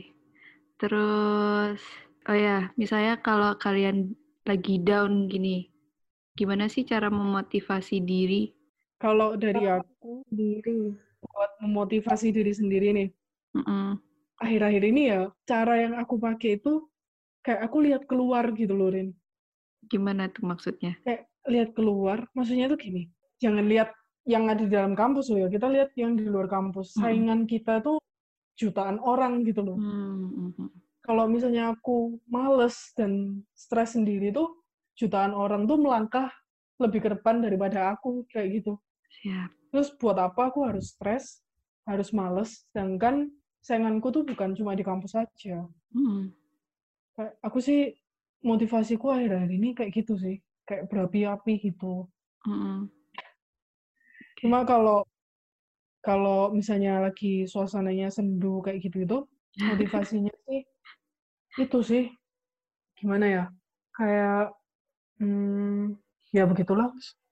[SPEAKER 2] Terus, oh ya, misalnya kalau kalian lagi down gini, gimana sih cara memotivasi diri?
[SPEAKER 4] Kalau dari aku,
[SPEAKER 3] Diri.
[SPEAKER 4] buat memotivasi diri sendiri nih,
[SPEAKER 2] Mm-mm.
[SPEAKER 4] akhir-akhir ini ya, cara yang aku pakai itu, kayak aku lihat keluar gitu loh, Rin.
[SPEAKER 2] Gimana tuh maksudnya?
[SPEAKER 4] Kayak lihat keluar, maksudnya tuh gini, jangan lihat yang ada di dalam kampus loh ya, kita lihat yang di luar kampus.
[SPEAKER 2] Mm-mm.
[SPEAKER 4] Saingan kita tuh jutaan orang gitu loh.
[SPEAKER 2] Mm-mm.
[SPEAKER 4] Kalau misalnya aku males dan stres sendiri tuh, jutaan orang tuh melangkah lebih ke depan daripada aku, kayak gitu.
[SPEAKER 2] Siap.
[SPEAKER 4] Terus buat apa aku harus stres, harus males, sedangkan sainganku tuh bukan cuma di kampus aja.
[SPEAKER 2] Mm-mm.
[SPEAKER 4] Kayak aku sih, motivasiku akhir-akhir ini kayak gitu sih. Kayak berapi-api gitu.
[SPEAKER 2] Mm-mm.
[SPEAKER 4] Cuma kalau kalau misalnya lagi suasananya sendu kayak gitu itu, motivasinya sih itu sih gimana ya? Kayak hmm, ya begitulah.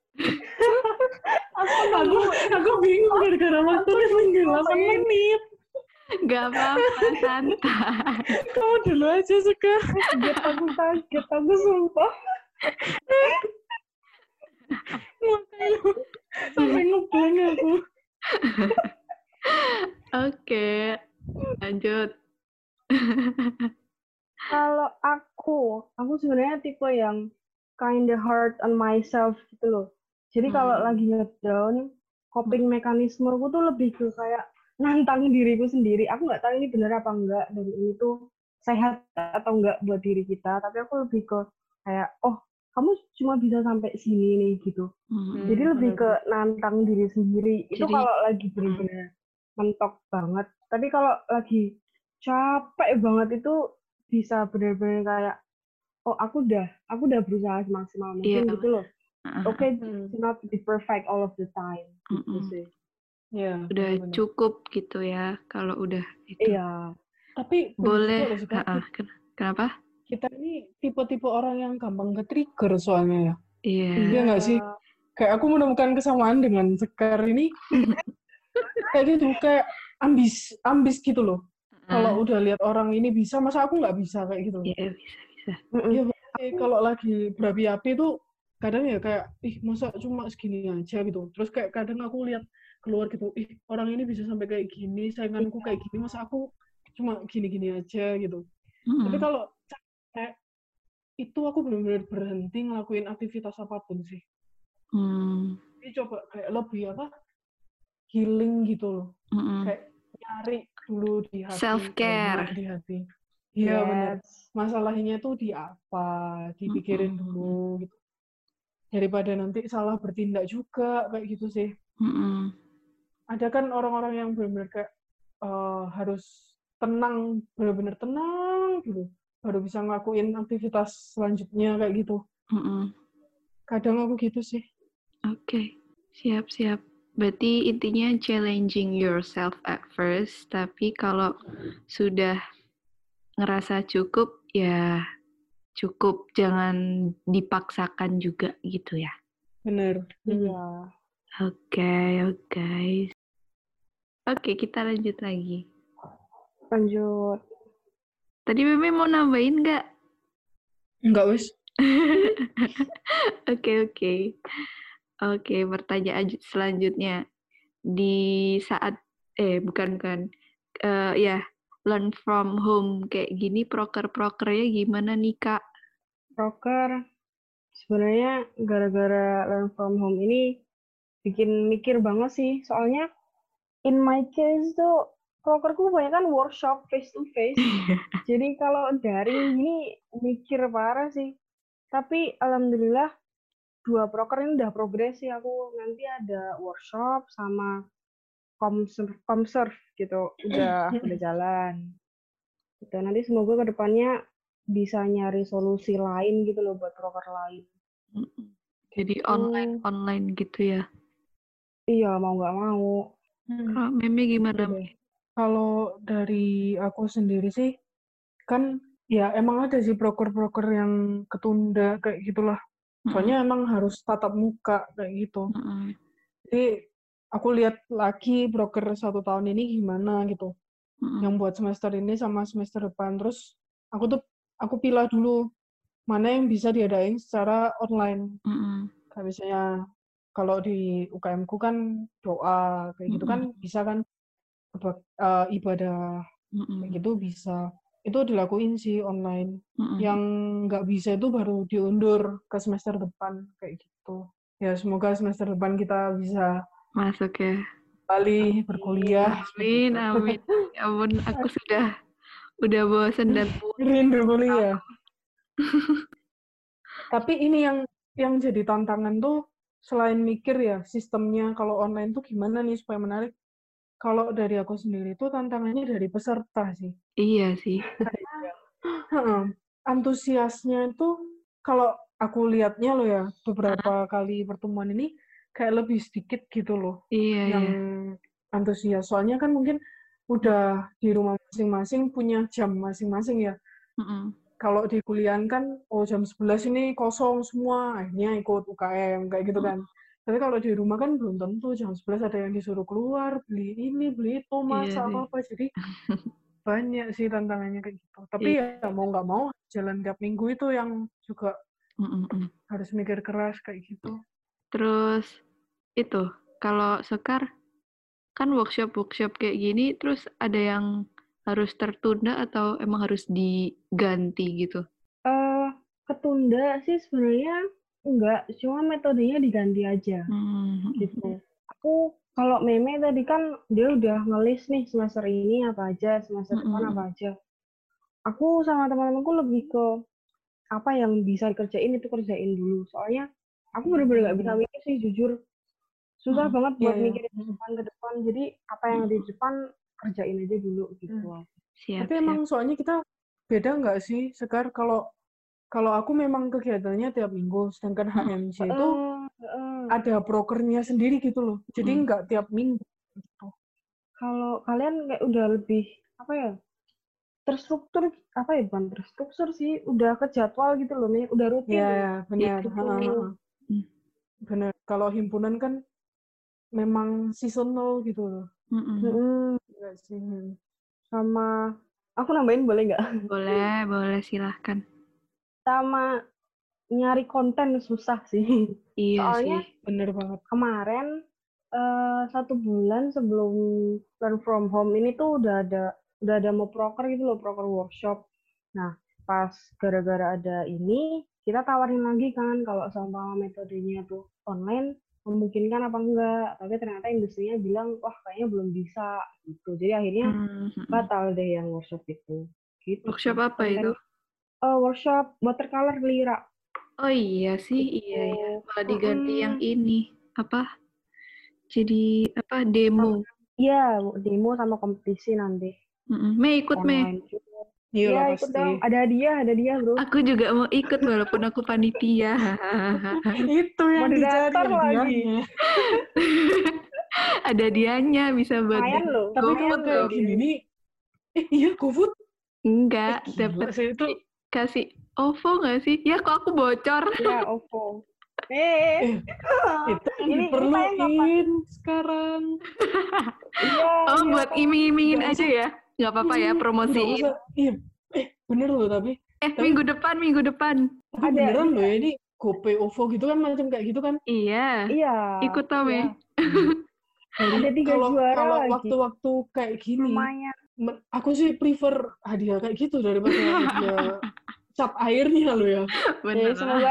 [SPEAKER 3] Aku
[SPEAKER 4] Aku
[SPEAKER 3] nunggu
[SPEAKER 4] aku bingung gara-gara waktunya tinggal delapan menit.
[SPEAKER 2] Gak apa-apa, santai.
[SPEAKER 4] Kamu dulu aja sekarang.
[SPEAKER 3] kaget, aku kaget, aku sumpah.
[SPEAKER 4] Makanya sampai ngeblank aku.
[SPEAKER 2] Oke, lanjut.
[SPEAKER 3] Kalau aku, aku sebenarnya tipe yang kinda hard on myself gitu loh. Jadi kalau
[SPEAKER 2] Hmm.
[SPEAKER 3] lagi ngedown, coping mekanisme aku tuh lebih ke kayak nantang diriku sendiri. Aku nggak tahu ini benar apa enggak, dan ini tuh sehat atau enggak buat diri kita. Tapi aku lebih ke kayak, oh kamu cuma bisa sampai sini nih gitu.
[SPEAKER 2] Hmm.
[SPEAKER 3] Jadi lebih ke nantang diri sendiri. Itu
[SPEAKER 2] Jadi-
[SPEAKER 3] kalau lagi bener-bener mentok banget. Tapi kalau lagi capek banget itu bisa bener-bener kayak, oh aku udah, aku udah berusaha semaksimal mungkin
[SPEAKER 2] Iya.
[SPEAKER 3] gitu loh.
[SPEAKER 2] Uh-uh.
[SPEAKER 3] Oke,
[SPEAKER 4] Hmm.
[SPEAKER 3] not be perfect all of the time. Gitu
[SPEAKER 2] Mm-mm.
[SPEAKER 3] sih.
[SPEAKER 4] Ya,
[SPEAKER 2] Udah
[SPEAKER 4] benar-benar.
[SPEAKER 2] cukup gitu ya, kalau udah itu.
[SPEAKER 3] Iya.
[SPEAKER 4] Tapi benar
[SPEAKER 2] Boleh.
[SPEAKER 4] juga loh, Sekar.
[SPEAKER 2] Uh-uh. Ken- Kenapa?
[SPEAKER 4] Kita ini tipe-tipe orang yang gampang ke-trigger soalnya ya.
[SPEAKER 2] Iya.
[SPEAKER 4] Iya nggak sih? Kayak aku menemukan kesamaan dengan Sekar ini. Kayak gitu, kayak ambis, ambis gitu loh. Kalau udah lihat orang ini bisa, masa aku nggak bisa kayak gitu.
[SPEAKER 2] Iya, bisa, bisa.
[SPEAKER 4] Iya, berarti kalau lagi berapi-api tuh kadang ya kayak, ih masa cuma segini aja gitu. Terus kayak kadang aku lihat keluar gitu, ih orang ini bisa sampai kayak gini, sainganku kayak gini, masa aku cuma gini-gini aja gitu.
[SPEAKER 2] Mm-mm.
[SPEAKER 4] Tapi kalau kayak itu aku benar-benar berhenti ngelakuin aktivitas apapun sih.
[SPEAKER 2] Hmm.
[SPEAKER 4] Jadi coba kayak lebih apa, healing gitu loh.
[SPEAKER 2] Mm-mm.
[SPEAKER 4] Kayak nyari dulu di hati.
[SPEAKER 2] Self-care.
[SPEAKER 4] Kayak di hati. Iya
[SPEAKER 3] Yes.
[SPEAKER 4] benar. Masalahnya tuh di apa, dipikirin dulu gitu. Daripada nanti salah bertindak juga kayak gitu sih.
[SPEAKER 2] Mm-mm.
[SPEAKER 4] Ada kan orang-orang yang benar-benar kayak eh, harus tenang, benar-benar tenang gitu, baru bisa ngelakuin aktivitas selanjutnya kayak gitu.
[SPEAKER 2] Mm-mm.
[SPEAKER 4] Kadang aku gitu sih.
[SPEAKER 2] Oke, siap-siap. Berarti intinya challenging yourself at first, tapi kalau sudah ngerasa cukup, ya cukup. Jangan dipaksakan juga gitu ya.
[SPEAKER 4] Bener. Hmm.
[SPEAKER 3] Iya.
[SPEAKER 2] Oke, oke. Oke, kita lanjut lagi.
[SPEAKER 3] Lanjut.
[SPEAKER 2] Tadi Meme mau nambahin nggak?
[SPEAKER 4] Enggak, wis.
[SPEAKER 2] Oke, oke. Oke, pertanyaan selanjutnya. Di saat, eh bukan, bukan. Eh, ya, learn from home kayak gini, proker-prokernya gimana nih, Kak?
[SPEAKER 3] Proker, sebenarnya gara-gara learn from home ini bikin mikir banget sih. Soalnya in my case tuh prokerku kebanyakan workshop face to face. Jadi kalau daring gini mikir parah sih. Tapi alhamdulillah dua proker ini udah progres sih aku. Nanti ada workshop sama comserve, comserve gitu. Udah udah jalan. Gitu. Nanti semoga kedepannya bisa nyari solusi lain gitu loh buat proker lain.
[SPEAKER 2] Jadi
[SPEAKER 3] Gitu.
[SPEAKER 2] online-online gitu ya?
[SPEAKER 3] Iya, mau nggak mau.
[SPEAKER 4] Hmm.
[SPEAKER 2] Kalau Meme gimana?
[SPEAKER 3] Gitu.
[SPEAKER 4] Kalau dari aku sendiri sih, kan ya emang ada sih proker-proker yang ketunda kayak gitulah. Soalnya emang harus tatap muka kayak gitu.
[SPEAKER 2] Mm-mm.
[SPEAKER 4] Jadi aku lihat lagi proker satu tahun ini gimana gitu.
[SPEAKER 2] Mm-mm.
[SPEAKER 4] Yang buat semester ini sama semester depan. Terus aku tuh aku pilih dulu mana yang bisa diadain secara online.
[SPEAKER 2] Mm-mm.
[SPEAKER 4] Kayak misalnya kalau di U K M ku kan doa kayak gitu kan
[SPEAKER 2] Mm-mm.
[SPEAKER 4] bisa kan apa, uh, ibadah
[SPEAKER 2] Mm-mm.
[SPEAKER 4] kayak gitu bisa. Itu dilakuin sih online.
[SPEAKER 2] Mm-mm.
[SPEAKER 4] Yang nggak bisa itu baru diundur ke semester depan kayak gitu. Ya semoga semester depan kita bisa
[SPEAKER 2] Masuk ya.
[SPEAKER 4] kembali berkuliah.
[SPEAKER 2] Amin, amin. Ya ampun, aku sudah udah bosan dan muak.
[SPEAKER 4] Rindu kuliah. Tapi ini yang yang jadi tantangan tuh selain mikir ya sistemnya kalau online tuh gimana nih supaya menarik. Kalau dari aku sendiri tuh tantangannya dari peserta sih.
[SPEAKER 2] Iya sih.
[SPEAKER 4] Heeh. Antusiasnya itu kalau aku lihatnya loh ya beberapa kali pertemuan ini kayak lebih sedikit gitu loh
[SPEAKER 2] Iya,
[SPEAKER 4] yang
[SPEAKER 2] iya.
[SPEAKER 4] antusias. Soalnya kan mungkin udah di rumah masing-masing punya jam masing-masing ya.
[SPEAKER 2] Mm-mm.
[SPEAKER 4] Kalau di kuliahan kan oh jam sebelas ini kosong semua, akhirnya ikut U K M kayak gitu kan. Tapi kalau di rumah kan belum tentu jam sebelas ada yang disuruh keluar, beli ini, beli itu,
[SPEAKER 2] Iya
[SPEAKER 4] masak
[SPEAKER 2] sih.
[SPEAKER 4] apa-apa. Jadi banyak sih tantangannya kayak gitu. Tapi
[SPEAKER 2] Iya.
[SPEAKER 4] ya mau nggak mau jalan tiap minggu itu yang juga
[SPEAKER 2] Mm-mm.
[SPEAKER 4] harus mikir keras kayak gitu.
[SPEAKER 2] Terus itu, kalau Sekar kan workshop-workshop kayak gini, terus ada yang harus tertunda atau emang harus diganti gitu?
[SPEAKER 3] Eh, ketunda sih sebenarnya enggak, cuma metodenya diganti aja.
[SPEAKER 2] Hmm.
[SPEAKER 3] Gitu. Aku kalau Meme tadi kan dia udah ngelis nih semester ini apa aja, semester depan
[SPEAKER 2] Mm-mm.
[SPEAKER 3] apa aja. Aku sama teman-temanku lebih ke apa yang bisa dikerjain itu kerjain dulu. Soalnya aku bener-bener nggak bisa mikir sih jujur. Susah
[SPEAKER 2] Mm-mm.
[SPEAKER 3] banget
[SPEAKER 4] Iya,
[SPEAKER 3] buat
[SPEAKER 4] iya.
[SPEAKER 3] mikirin ke depan ke depan. Jadi apa yang di depan kerjain aja dulu gitu.
[SPEAKER 2] Siap,
[SPEAKER 4] Tapi
[SPEAKER 2] siap.
[SPEAKER 4] emang soalnya kita beda nggak sih Sekar kalau kalau aku memang kegiatannya tiap minggu, sedangkan H M C itu
[SPEAKER 3] Eh, eh,
[SPEAKER 4] ada prokernya sendiri gitu loh. Jadi
[SPEAKER 2] Mm.
[SPEAKER 4] nggak tiap minggu gitu.
[SPEAKER 3] kalau kalian kayak udah lebih apa ya terstruktur apa ya bukan terstruktur sih udah ke jadwal gitu loh Meme. Udah rutin
[SPEAKER 4] Iya,
[SPEAKER 3] loh.
[SPEAKER 4] ya, benar.
[SPEAKER 2] Iya.
[SPEAKER 4] Ha, ha, ha.
[SPEAKER 2] Mm.
[SPEAKER 4] Benar. Kalau himpunan kan memang seasonal gitu loh.
[SPEAKER 2] Mm-mm.
[SPEAKER 3] Mm-mm.
[SPEAKER 4] Nggak sih. Hmm.
[SPEAKER 3] Sama aku nambahin boleh nggak?
[SPEAKER 2] Boleh, boleh, silahkan.
[SPEAKER 3] Sama nyari konten susah sih.
[SPEAKER 2] Iya
[SPEAKER 3] Soalnya
[SPEAKER 2] sih.
[SPEAKER 4] Bener banget.
[SPEAKER 3] kemarin eh, satu bulan sebelum learn from home ini tuh udah ada udah ada mau proker gitu loh, proker workshop. Nah, pas gara-gara ada ini, kita tawarin lagi kan kalau sama metodenya tuh online memungkinkan apa enggak. Tapi ternyata industrinya bilang, wah kayaknya belum bisa gitu. Jadi akhirnya
[SPEAKER 2] Mm-mm.
[SPEAKER 3] batal deh yang workshop itu. Gitu
[SPEAKER 2] Workshop
[SPEAKER 3] sih.
[SPEAKER 2] apa itu?
[SPEAKER 3] Konten eh, workshop watercolor lira.
[SPEAKER 2] Oh iya sih, iya ya.
[SPEAKER 3] Gitu.
[SPEAKER 2] Malah diganti yang
[SPEAKER 3] Mm-mm.
[SPEAKER 2] ini. Apa? Jadi apa? Demo.
[SPEAKER 3] Iya, demo sama kompetisi nanti
[SPEAKER 2] Mm-mm. Mei ikut Mei.
[SPEAKER 3] online juga.
[SPEAKER 4] Iya lah
[SPEAKER 3] Iya, ikut
[SPEAKER 4] pasti.
[SPEAKER 3] dong. Ada hadiah, ada hadiah, bro.
[SPEAKER 2] Aku juga mau ikut walaupun aku panitia.
[SPEAKER 4] Itu yang dicari
[SPEAKER 3] Moderator lagi.
[SPEAKER 4] hadiahnya.
[SPEAKER 2] Ada hadiahnya bisa buat
[SPEAKER 3] Lumayan
[SPEAKER 2] di
[SPEAKER 3] loh.
[SPEAKER 4] Tapi
[SPEAKER 2] GoFood
[SPEAKER 4] kalau kayak
[SPEAKER 2] loh.
[SPEAKER 4] gini nih, eh iya GoFood.
[SPEAKER 2] Enggak,
[SPEAKER 4] Eh, gila
[SPEAKER 2] dapat
[SPEAKER 4] sih itu.
[SPEAKER 2] kasih OVO nggak sih? Ya kok aku bocor.
[SPEAKER 3] Ya, OVO. Eh,
[SPEAKER 4] Eh, itu yang
[SPEAKER 3] ini ini tayang kapan?
[SPEAKER 4] diperluin sekarang.
[SPEAKER 3] Iya.
[SPEAKER 2] Oh,
[SPEAKER 3] iya,
[SPEAKER 2] buat
[SPEAKER 3] Kak.
[SPEAKER 2] iming-imingin
[SPEAKER 4] Nggak
[SPEAKER 2] aja
[SPEAKER 4] usah.
[SPEAKER 2] ya? Nggak apa-apa ya,
[SPEAKER 4] Nggak
[SPEAKER 2] promosiin.
[SPEAKER 4] usah. Iya, eh bener loh tapi.
[SPEAKER 2] Eh,
[SPEAKER 4] Tapi-
[SPEAKER 2] minggu depan, minggu depan.
[SPEAKER 4] Tapi
[SPEAKER 3] Ada,
[SPEAKER 4] beneran
[SPEAKER 3] iya.
[SPEAKER 4] loh ya ini GoPay, OVO gitu kan macam kayak gitu kan.
[SPEAKER 2] Iya.
[SPEAKER 3] Iya.
[SPEAKER 2] Ikut Tom
[SPEAKER 3] iya.
[SPEAKER 2] ya.
[SPEAKER 4] Dari
[SPEAKER 3] Ada tiga
[SPEAKER 4] kalau
[SPEAKER 3] juara
[SPEAKER 4] kalau
[SPEAKER 3] lagi.
[SPEAKER 4] waktu-waktu kayak gini,
[SPEAKER 3] Lumayan.
[SPEAKER 4] me- aku sih prefer hadiah kayak gitu daripada hadiah cap airnya loh ya.
[SPEAKER 2] Bener.
[SPEAKER 3] Ya, semoga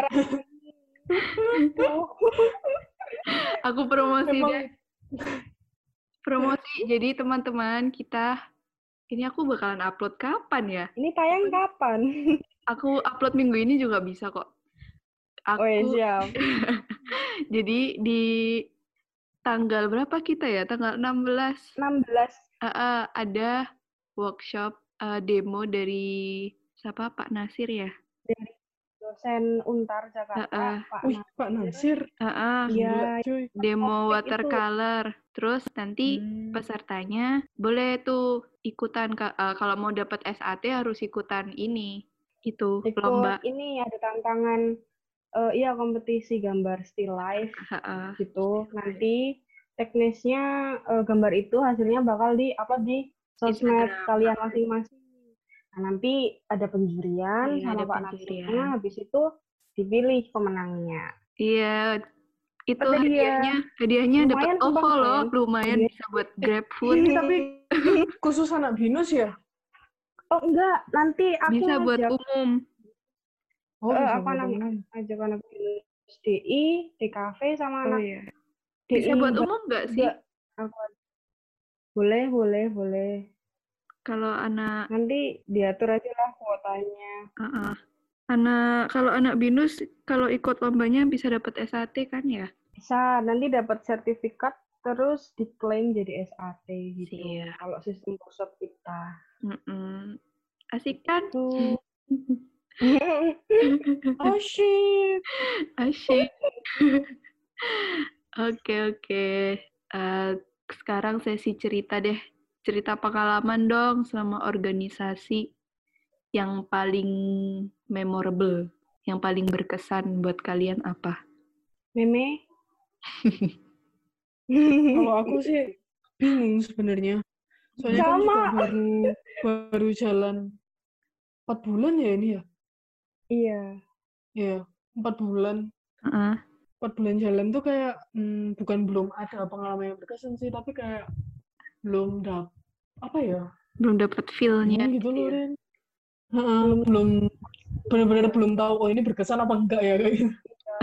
[SPEAKER 2] Aku promosi
[SPEAKER 4] Emang
[SPEAKER 2] deh. Promosi. Jadi teman-teman kita, ini aku bakalan upload kapan ya?
[SPEAKER 3] ini tayang kapan?
[SPEAKER 2] Aku upload minggu ini juga bisa kok. Aku,
[SPEAKER 3] Oh ya, siap.
[SPEAKER 2] jadi di tanggal berapa kita ya? Tanggal enam belas.
[SPEAKER 3] enam belas.
[SPEAKER 2] Uh, uh, ada workshop uh, demo dari siapa? Pak Nasir ya?
[SPEAKER 3] Dosen Untar Jakarta,
[SPEAKER 2] Uh-uh.
[SPEAKER 3] Pak
[SPEAKER 4] wih,
[SPEAKER 3] Nasir.
[SPEAKER 4] Pak Nasir.
[SPEAKER 2] Uh, uh,
[SPEAKER 3] Iya,
[SPEAKER 4] Cuy.
[SPEAKER 2] demo
[SPEAKER 3] topik
[SPEAKER 2] watercolor. Terus nanti
[SPEAKER 4] Hmm.
[SPEAKER 2] pesertanya boleh tuh ikutan ka- uh, kalau mau dapat S A T harus ikutan ini. Itu
[SPEAKER 3] ikut
[SPEAKER 2] lomba.
[SPEAKER 3] ini ada tantangan eh iya kompetisi gambar still life
[SPEAKER 2] Uh, uh.
[SPEAKER 3] gitu. Nanti teknisnya eh, gambar itu hasilnya bakal di-upload di sosmed
[SPEAKER 2] Instagram.
[SPEAKER 3] kalian masing-masing. Nah, nanti ada penjurian
[SPEAKER 2] Iya,
[SPEAKER 3] sama
[SPEAKER 2] ada
[SPEAKER 3] Pak
[SPEAKER 2] penjurian.
[SPEAKER 3] Nasirnya, habis itu dipilih pemenangnya.
[SPEAKER 2] Iya, itu
[SPEAKER 3] Dapat hadiah.
[SPEAKER 2] hadiahnya, hadiahnya dapat
[SPEAKER 3] Lumayan,
[SPEAKER 2] OVO
[SPEAKER 3] sumpah,
[SPEAKER 2] loh,
[SPEAKER 3] lumayan.
[SPEAKER 2] lumayan
[SPEAKER 3] Hadiah.
[SPEAKER 2] bisa buat grab food,
[SPEAKER 4] Ini tapi khusus anak binus ya?
[SPEAKER 3] Oh enggak, nanti aku
[SPEAKER 2] bisa buat
[SPEAKER 3] ngajak
[SPEAKER 2] umum.
[SPEAKER 4] Oh,
[SPEAKER 3] eh,
[SPEAKER 4] bisa
[SPEAKER 3] apa
[SPEAKER 4] buat
[SPEAKER 3] namanya?
[SPEAKER 4] umum.
[SPEAKER 3] Ngajak anak D I, D K V sama
[SPEAKER 2] Oh
[SPEAKER 3] anak
[SPEAKER 2] iya.
[SPEAKER 3] D I
[SPEAKER 2] Bisa buat
[SPEAKER 3] juga.
[SPEAKER 2] umum nggak sih?
[SPEAKER 3] Aku boleh, boleh, boleh.
[SPEAKER 2] Kalau anak,
[SPEAKER 3] Nanti diatur aja lah kuotanya.
[SPEAKER 2] uh-uh. anak kalau anak binus kalau ikut lombanya bisa dapat S A T kan ya?
[SPEAKER 3] Bisa, nanti dapat sertifikat terus diklaim jadi S A T gitu.
[SPEAKER 2] Iya.
[SPEAKER 3] Kalau sistem workshop kita.
[SPEAKER 2] Mm-mm. Asik kan?
[SPEAKER 3] Tuh.
[SPEAKER 4] Asyik.
[SPEAKER 2] Asyik. Oke oke. Eh, sekarang sesi cerita deh. Cerita pengalaman dong selama organisasi yang paling memorable, yang paling berkesan buat kalian apa?
[SPEAKER 3] Meme?
[SPEAKER 4] Kalau aku sih bingung sebenarnya. Soalnya kan juga
[SPEAKER 3] Sama.
[SPEAKER 4] baru baru jalan empat bulan ya ini ya?
[SPEAKER 3] Iya.
[SPEAKER 4] Iya, empat bulan.
[SPEAKER 2] Uh-uh.
[SPEAKER 4] Empat bulan jalan tuh kayak hmm, bukan belum ada pengalaman yang berkesan sih, tapi kayak belum dap apa ya?
[SPEAKER 2] Belum dapat feel-nya
[SPEAKER 4] Bingung gitu loh,
[SPEAKER 2] ya.
[SPEAKER 4] Ren. Heeh, belum benar-benar belum tahu oh ini berkesan apa enggak ya kayak gitu.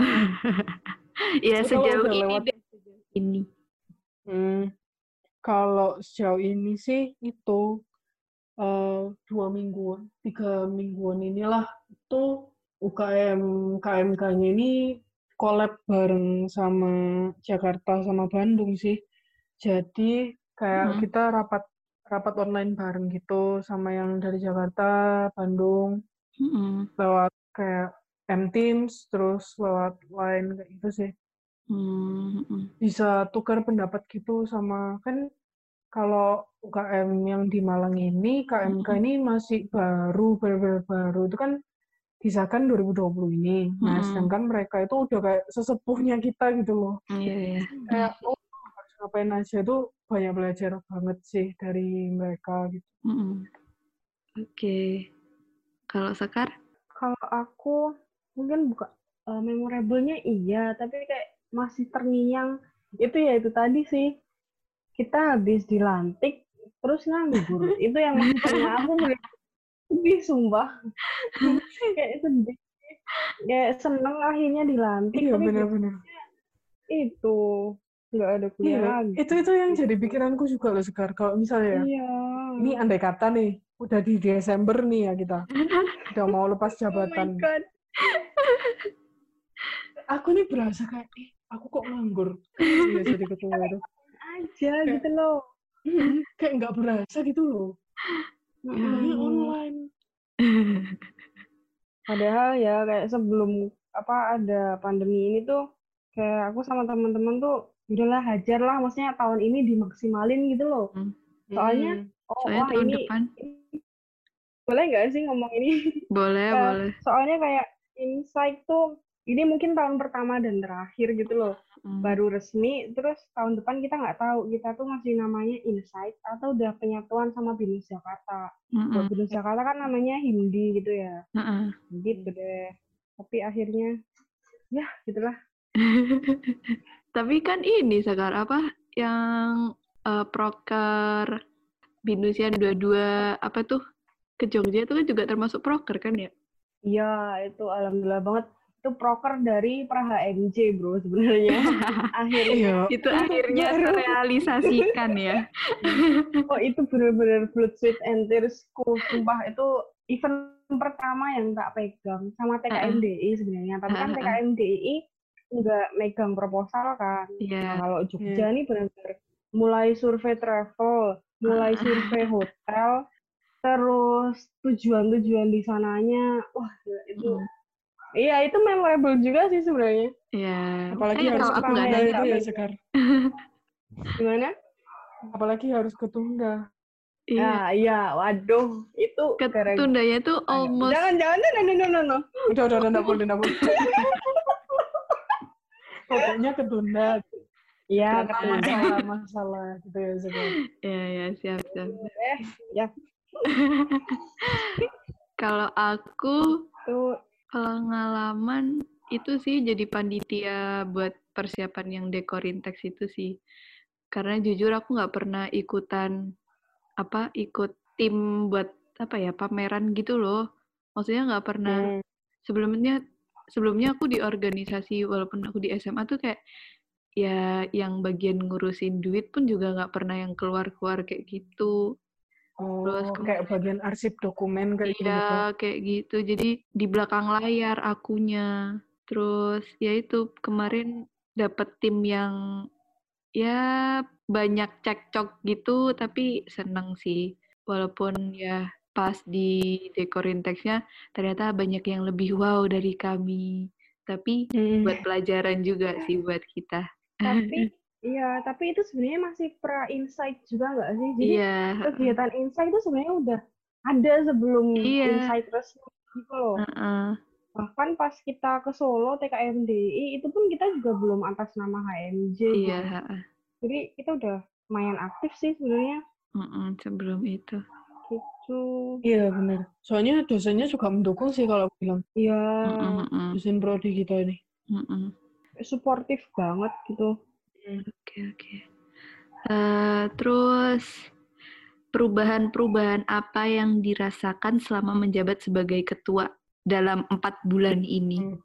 [SPEAKER 2] Ya
[SPEAKER 4] Tapi kalau
[SPEAKER 2] sejauh
[SPEAKER 4] udah
[SPEAKER 2] ini
[SPEAKER 4] lewat-
[SPEAKER 2] deh, sejauh ini.
[SPEAKER 4] Hmm, kalau sejauh ini sih itu eh, dua mingguan, tiga mingguan inilah itu U K M K M K-nya ini collab bareng sama Jakarta sama Bandung sih. Jadi kayak
[SPEAKER 2] Hmm.
[SPEAKER 4] kita rapat rapat online bareng gitu sama yang dari Jakarta, Bandung
[SPEAKER 2] Mm-mm.
[SPEAKER 4] lewat kayak M-Teams terus lewat line kayak gitu sih.
[SPEAKER 2] Hmm, mm-mm.
[SPEAKER 4] Bisa tukar pendapat gitu sama kan kalau U K M yang di Malang ini K M K ini masih baru benar-benar baru itu kan disahkan dua ribu dua puluh ini. Nah,
[SPEAKER 2] Mm-mm.
[SPEAKER 4] sedangkan mereka itu udah kayak sesepuhnya kita gitu loh.
[SPEAKER 2] Iya ya.
[SPEAKER 4] Kayak oh harus ngapain aja tuh banyak belajar banget sih dari mereka gitu.
[SPEAKER 2] Mm-mm. Oke. Kalau Sekar?
[SPEAKER 3] Kalau aku mungkin buka eh, memorable-nya iya, tapi kayak masih terngiang. Itu ya itu tadi sih. Kita habis dilantik terus nganggur. Itu yang masih terngiang. Aku bener sedih sumpah. Kayak sedih. Kayak seneng akhirnya dilantik.
[SPEAKER 4] Iya
[SPEAKER 3] tapi
[SPEAKER 4] benar-benar.
[SPEAKER 3] itu nggak ada kuliah
[SPEAKER 4] Iya,
[SPEAKER 3] lagi.
[SPEAKER 4] itu itu yang jadi pikiranku juga loh Sekar. Kalau misalnya ya,
[SPEAKER 3] Iya.
[SPEAKER 4] ini andai kata nih, udah di Desember nih ya kita, udah mau lepas
[SPEAKER 3] Oh my
[SPEAKER 4] jabatan.
[SPEAKER 3] God.
[SPEAKER 4] Aku nih berasa kayak, eh, aku kok nganggur. Iya jadi ketua itu.
[SPEAKER 3] Aja gitu loh.
[SPEAKER 4] Kayak nggak berasa gitu loh. Semuanya online.
[SPEAKER 3] Padahal ya kayak sebelum apa ada pandemi ini tuh kayak aku sama teman-teman tuh udahlah hajar lah, maksudnya tahun ini dimaksimalin gitu loh.
[SPEAKER 2] Hmm.
[SPEAKER 3] Soalnya
[SPEAKER 4] Hmm.
[SPEAKER 3] oh
[SPEAKER 2] Soalnya
[SPEAKER 3] wah
[SPEAKER 2] tahun
[SPEAKER 3] ini,
[SPEAKER 2] depan
[SPEAKER 3] ini boleh nggak sih ngomong ini?
[SPEAKER 2] boleh
[SPEAKER 3] Eh,
[SPEAKER 2] boleh.
[SPEAKER 3] soalnya kayak Insight tuh ini mungkin tahun pertama dan terakhir gitu loh,
[SPEAKER 2] Hmm.
[SPEAKER 3] baru resmi, terus tahun depan kita nggak tahu kita tuh masih namanya Insight atau udah penyatuan sama BINUS Jakarta. Buat
[SPEAKER 2] Mm-mm.
[SPEAKER 3] BINUS Jakarta kan namanya Himdi gitu ya,
[SPEAKER 2] Mm-mm.
[SPEAKER 3] gitu deh. Tapi akhirnya ya gitulah.
[SPEAKER 2] Tapi kan ini Sekar apa yang eh, proker Binusnya dua-dua apa tuh ke Jogja itu kan juga termasuk proker kan ya?
[SPEAKER 3] Iya, itu alhamdulillah banget. Itu proker dari pra H M J, bro, sebenarnya. Akhirnya
[SPEAKER 4] Iya.
[SPEAKER 2] Itu
[SPEAKER 3] untuk
[SPEAKER 2] akhirnya
[SPEAKER 3] baru.
[SPEAKER 2] terrealisasikan ya.
[SPEAKER 3] Oh, itu bener-bener blood, sweat, and tears-ku. Sumpah, itu event pertama yang tak pegang sama T K M D I sebenarnya. Tapi kan T K M D I nggak megang proposal kan.
[SPEAKER 2] Iya.
[SPEAKER 3] Nah, kalau Jogja
[SPEAKER 4] Iya.
[SPEAKER 3] nih bener-bener mulai survei travel, mulai survei hotel, terus tujuan-tujuan di sananya, wah gila, itu
[SPEAKER 2] Mm.
[SPEAKER 3] iya itu memorable juga sih sebenarnya.
[SPEAKER 2] Iya.
[SPEAKER 4] Apalagi
[SPEAKER 2] Eh,
[SPEAKER 4] harus
[SPEAKER 2] kalau aku nggak
[SPEAKER 4] ketunda
[SPEAKER 2] nanya
[SPEAKER 4] itu ya
[SPEAKER 3] nanya.
[SPEAKER 4] Sekar.
[SPEAKER 3] Gimana?
[SPEAKER 4] Apalagi harus ketunda.
[SPEAKER 2] Iya.
[SPEAKER 3] Nah, iya, waduh, itu gara-gara
[SPEAKER 2] Ketundanya tuh
[SPEAKER 3] Ayo,
[SPEAKER 2] almost
[SPEAKER 3] jangan jangan no no no no no.
[SPEAKER 4] Udah udah udah nggak boleh nggak boleh. Pokoknya ketunda.
[SPEAKER 3] Iya,
[SPEAKER 4] Karena
[SPEAKER 3] ketunda.
[SPEAKER 4] masalah-masalah gitu ya Sekar.
[SPEAKER 2] ya ya siap siap.
[SPEAKER 3] Eh, ya
[SPEAKER 2] Kalau aku
[SPEAKER 3] itu
[SPEAKER 2] pengalaman itu sih jadi panitia buat persiapan yang dekorintex itu sih. Karena jujur aku nggak pernah ikutan apa ikut tim buat apa ya pameran gitu loh. Maksudnya nggak pernah
[SPEAKER 3] hmm,
[SPEAKER 2] sebelumnya sebelumnya aku di organisasi walaupun aku di S M A tuh kayak ya yang bagian ngurusin duit pun juga nggak pernah yang keluar-keluar kayak gitu. Terus
[SPEAKER 4] Oh,
[SPEAKER 2] kemudian
[SPEAKER 4] kayak bagian arsip dokumen kayak gitu.
[SPEAKER 2] iya, kayak gitu. Jadi di belakang layar akunya. Terus ya itu kemarin dapet tim yang ya banyak cekcok gitu, tapi seneng sih. Walaupun ya pas di dekorintexnya ternyata banyak yang lebih wow dari kami. Tapi
[SPEAKER 3] hmm.
[SPEAKER 2] buat pelajaran juga sih buat kita.
[SPEAKER 3] Tapi iya, tapi itu sebenarnya masih pra insight juga nggak sih? Jadi
[SPEAKER 2] Iya,
[SPEAKER 3] kegiatan insight itu sebenarnya udah ada sebelum
[SPEAKER 2] iya.
[SPEAKER 3] insight resmi gitu loh.
[SPEAKER 2] Heeh.
[SPEAKER 3] Bahkan pas kita ke Solo T K M D I itu pun kita juga belum atas nama H M J gitu.
[SPEAKER 2] Iya, heeh.
[SPEAKER 3] Jadi kita udah lumayan aktif sih sebenarnya.
[SPEAKER 2] Heeh, sebelum itu.
[SPEAKER 3] Gitu.
[SPEAKER 4] Iya benar. Soalnya dosennya juga mendukung sih kalau aku bilang.
[SPEAKER 3] Iya,
[SPEAKER 2] Heeh, heeh.
[SPEAKER 4] Dosen prodi kita ini.
[SPEAKER 2] Heeh.
[SPEAKER 3] suportif banget gitu.
[SPEAKER 2] Oke, oke. Eh, terus perubahan-perubahan apa yang dirasakan selama menjabat sebagai ketua dalam empat bulan ini?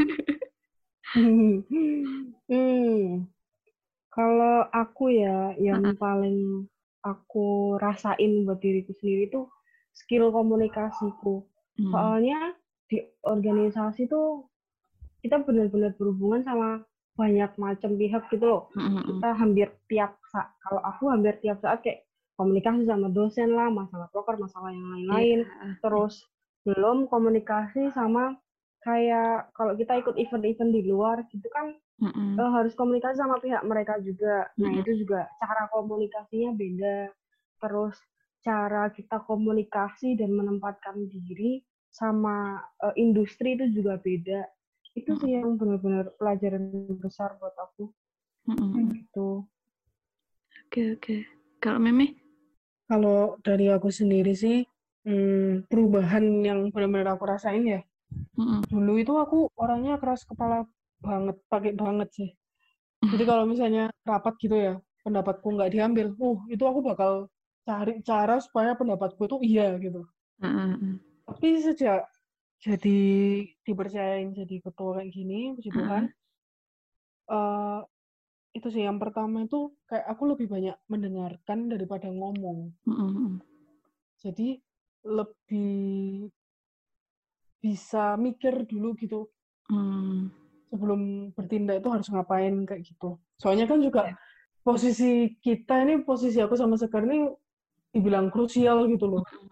[SPEAKER 3] Hmm. hmm. Kalau aku ya, yang paling aku rasain buat diriku sendiri tuh skill komunikasiku.
[SPEAKER 2] Hmm.
[SPEAKER 3] Soalnya di organisasi tuh kita benar-benar berhubungan sama banyak macam pihak gitu loh.
[SPEAKER 2] Hmm.
[SPEAKER 3] Kita hampir tiap saat, kalau aku hampir tiap saat kayak komunikasi sama dosen lah, masalah proker, masalah yang lain-lain.
[SPEAKER 2] Iya.
[SPEAKER 3] Terus belum komunikasi sama kayak kalau kita ikut event-event di luar gitu kan
[SPEAKER 2] Hmm.
[SPEAKER 3] uh, harus komunikasi sama pihak mereka juga. Nah,
[SPEAKER 2] Mm-mm.
[SPEAKER 3] itu juga cara komunikasinya beda. Terus cara kita komunikasi dan menempatkan diri sama uh, industri itu juga beda. Itu sih yang benar-benar pelajaran besar buat aku.
[SPEAKER 2] Mm-mm.
[SPEAKER 3] Gitu.
[SPEAKER 2] Oke, oke. Kalau Meme?
[SPEAKER 4] Kalau dari aku sendiri sih, hmm, perubahan yang benar-benar aku rasain ya.
[SPEAKER 2] Mm-mm.
[SPEAKER 4] Dulu itu aku orangnya keras kepala banget, pakai banget sih. Jadi kalau misalnya rapat gitu ya, pendapatku nggak diambil, uh itu aku bakal cari cara supaya pendapatku itu iya gitu.
[SPEAKER 2] Mm-mm.
[SPEAKER 4] Tapi sejak jadi dipercayain jadi ketua kayak gini, puji Tuhan, eh, itu sih yang pertama itu kayak aku lebih banyak mendengarkan daripada ngomong.
[SPEAKER 2] Mm-mm.
[SPEAKER 4] Jadi lebih bisa mikir dulu gitu
[SPEAKER 2] Mm.
[SPEAKER 4] sebelum bertindak itu harus ngapain kayak gitu. Soalnya kan juga posisi kita ini, posisi aku sama Sekar ini dibilang krusial gitu loh.
[SPEAKER 2] Mm-mm.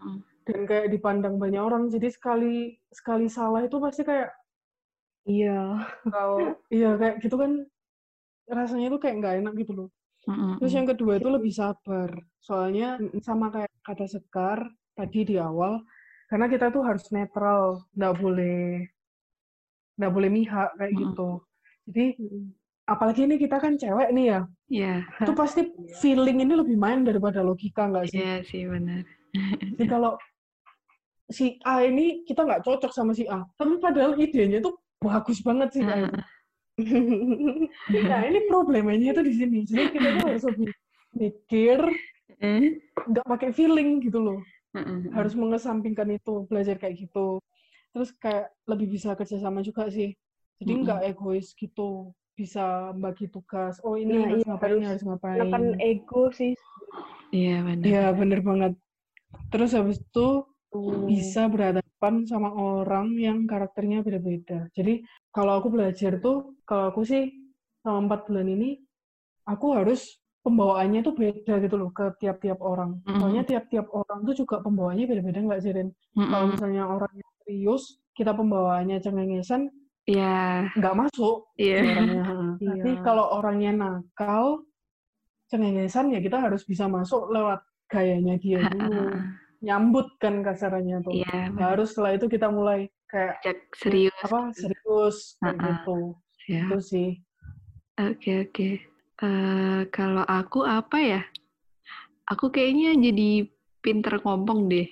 [SPEAKER 4] dan kayak dipandang banyak orang. Jadi sekali sekali salah itu pasti kayak
[SPEAKER 3] Iya.
[SPEAKER 4] kalau iya kayak gitu kan rasanya tuh kayak nggak enak gitu loh.
[SPEAKER 2] Mm-mm.
[SPEAKER 4] Terus yang kedua itu lebih sabar. Soalnya
[SPEAKER 3] Mm-mm.
[SPEAKER 4] sama kayak kata Sekar tadi di awal, karena kita tuh harus netral, nggak boleh nggak boleh mihak kayak
[SPEAKER 2] Mm-mm.
[SPEAKER 4] gitu. Jadi
[SPEAKER 3] Mm-mm.
[SPEAKER 4] apalagi ini kita kan cewek nih ya,
[SPEAKER 2] Iya,
[SPEAKER 4] itu pasti feeling ini lebih main daripada logika nggak sih?
[SPEAKER 2] iya sih benar.
[SPEAKER 4] Jadi kalau si A ini kita nggak cocok sama si A, tapi padahal idenya tuh bagus banget sih A itu. Nah ini problemnya tuh di sini. Jadi kita tuh harus lebih mikir,
[SPEAKER 2] Eh?
[SPEAKER 4] nggak pakai feeling gitu loh.
[SPEAKER 2] Mm-mm.
[SPEAKER 4] Harus mengesampingkan itu, belajar kayak gitu. Terus kayak lebih bisa kerjasama juga sih. Jadi
[SPEAKER 2] Mm-mm.
[SPEAKER 4] nggak egois gitu. Bisa bagi tugas. Oh ini
[SPEAKER 3] Nah,
[SPEAKER 4] harus
[SPEAKER 3] iya
[SPEAKER 4] ngapain, ini
[SPEAKER 3] harus
[SPEAKER 4] harus
[SPEAKER 3] menekan
[SPEAKER 4] ngapain.
[SPEAKER 3] ego sih.
[SPEAKER 2] Iya benar.
[SPEAKER 4] Iya bener banget. Terus habis itu
[SPEAKER 3] Hmm.
[SPEAKER 4] bisa berhadapan sama orang yang karakternya beda-beda. Jadi kalau aku belajar tuh, kalau aku sih selama empat bulan ini, aku harus pembawaannya tuh beda gitu loh ke tiap-tiap orang.
[SPEAKER 2] Mm-mm.
[SPEAKER 4] Soalnya tiap-tiap orang tuh juga pembawaannya beda-beda nggak sih, Ren? Kalau
[SPEAKER 2] Mm-mm.
[SPEAKER 4] misalnya orangnya serius, kita pembawaannya cengengesan,
[SPEAKER 2] Iya,
[SPEAKER 4] nggak masuk
[SPEAKER 2] iya.
[SPEAKER 4] di orangnya.
[SPEAKER 3] Iya.
[SPEAKER 4] Tapi kalau orangnya nakal, cengengesan ya kita harus bisa masuk lewat gayanya dia dulu. Nyambut kan kasarannya tuh.
[SPEAKER 2] Iya, benar.
[SPEAKER 4] Baru setelah itu kita mulai kayak
[SPEAKER 2] Cek serius.
[SPEAKER 4] apa serius kayak
[SPEAKER 2] Uh-uh.
[SPEAKER 4] gitu.
[SPEAKER 2] Ya.
[SPEAKER 4] Itu sih.
[SPEAKER 2] Oke, oke. Eh, kalau aku apa ya? Aku kayaknya jadi pinter ngomong deh.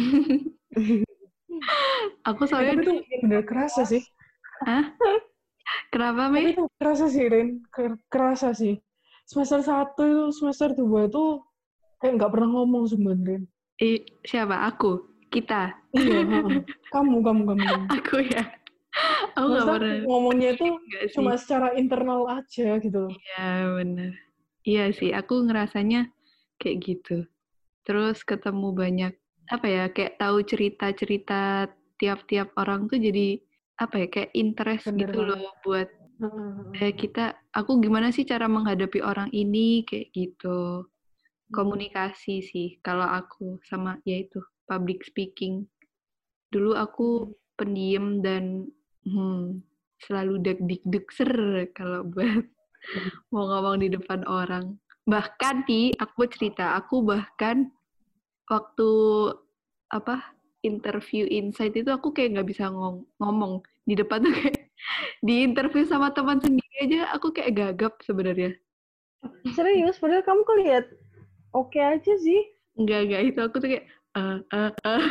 [SPEAKER 2] Aku
[SPEAKER 4] Eh,
[SPEAKER 2] soalnya
[SPEAKER 4] tapi itu bener kerasa sih.
[SPEAKER 2] Hah? Kenapa,
[SPEAKER 4] Tapi
[SPEAKER 2] Mei?
[SPEAKER 4] itu kerasa sih, Ren. Ker- Kerasa sih. Semester satu, semester dua itu kayak nggak pernah ngomong sebenarnya.
[SPEAKER 2] Eh, siapa? Aku? Kita?
[SPEAKER 4] Iya, heeh. Kamu, kamu, kamu, kamu.
[SPEAKER 2] Aku ya? Aku nggak
[SPEAKER 4] Maksudnya
[SPEAKER 2] pernah.
[SPEAKER 4] ngomongnya itu
[SPEAKER 2] Nggak sih.
[SPEAKER 4] cuma secara internal aja gitu loh.
[SPEAKER 2] Iya, bener. Iya sih, aku ngerasanya kayak gitu. Terus ketemu banyak, apa ya, kayak tahu cerita-cerita tiap-tiap orang tuh jadi, apa ya, kayak interest
[SPEAKER 4] Bener
[SPEAKER 2] gitu
[SPEAKER 4] banget.
[SPEAKER 2] loh buat
[SPEAKER 4] Heeh, heeh.
[SPEAKER 2] eh, kita, aku gimana sih cara menghadapi orang ini, kayak gitu. Komunikasi sih, kalau aku sama, yaitu public speaking. Dulu aku pendiam dan hmm, selalu deg-deg ser kalau buat mau ngomong di depan orang. Bahkan nih, aku cerita, aku bahkan waktu apa interview Insight itu aku kayak nggak bisa ngom- ngomong di depan tuh kayak di interview sama teman sendiri aja aku kayak gagap sebenarnya.
[SPEAKER 3] Serius, padahal kamu kelihat oke aja sih.
[SPEAKER 2] Enggak, enggak, itu aku tuh kayak eh eh eh.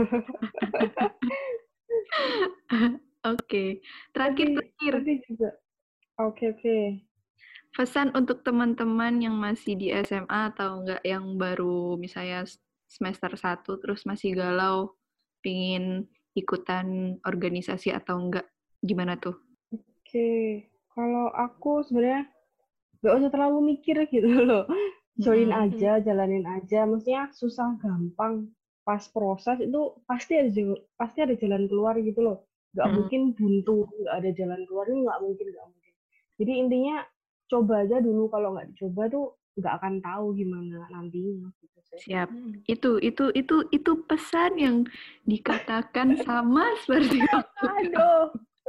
[SPEAKER 2] Oke, terakhir
[SPEAKER 3] Tapi,
[SPEAKER 2] terakhir
[SPEAKER 3] tapi juga oke oke.
[SPEAKER 2] pesan untuk teman-teman yang masih di S M A atau enggak yang baru misalnya semester satu terus masih galau pingin ikutan organisasi atau enggak, gimana tuh?
[SPEAKER 3] Oke, kalau aku sebenarnya nggak usah terlalu mikir gitu loh. Join
[SPEAKER 2] Hmm.
[SPEAKER 3] aja, jalanin aja. Maksudnya susah gampang. Pas proses itu pasti ada jal- pasti ada jalan keluar gitu loh. Nggak
[SPEAKER 2] Hmm.
[SPEAKER 3] mungkin buntu, nggak ada jalan keluar itu nggak mungkin, nggak mungkin. Jadi intinya coba aja dulu. Kalau nggak dicoba tuh nggak akan tahu gimana nantinya. Gitu sih.
[SPEAKER 2] Siap. Itu itu itu itu pesan yang dikatakan sama seperti aku.
[SPEAKER 3] Aduh.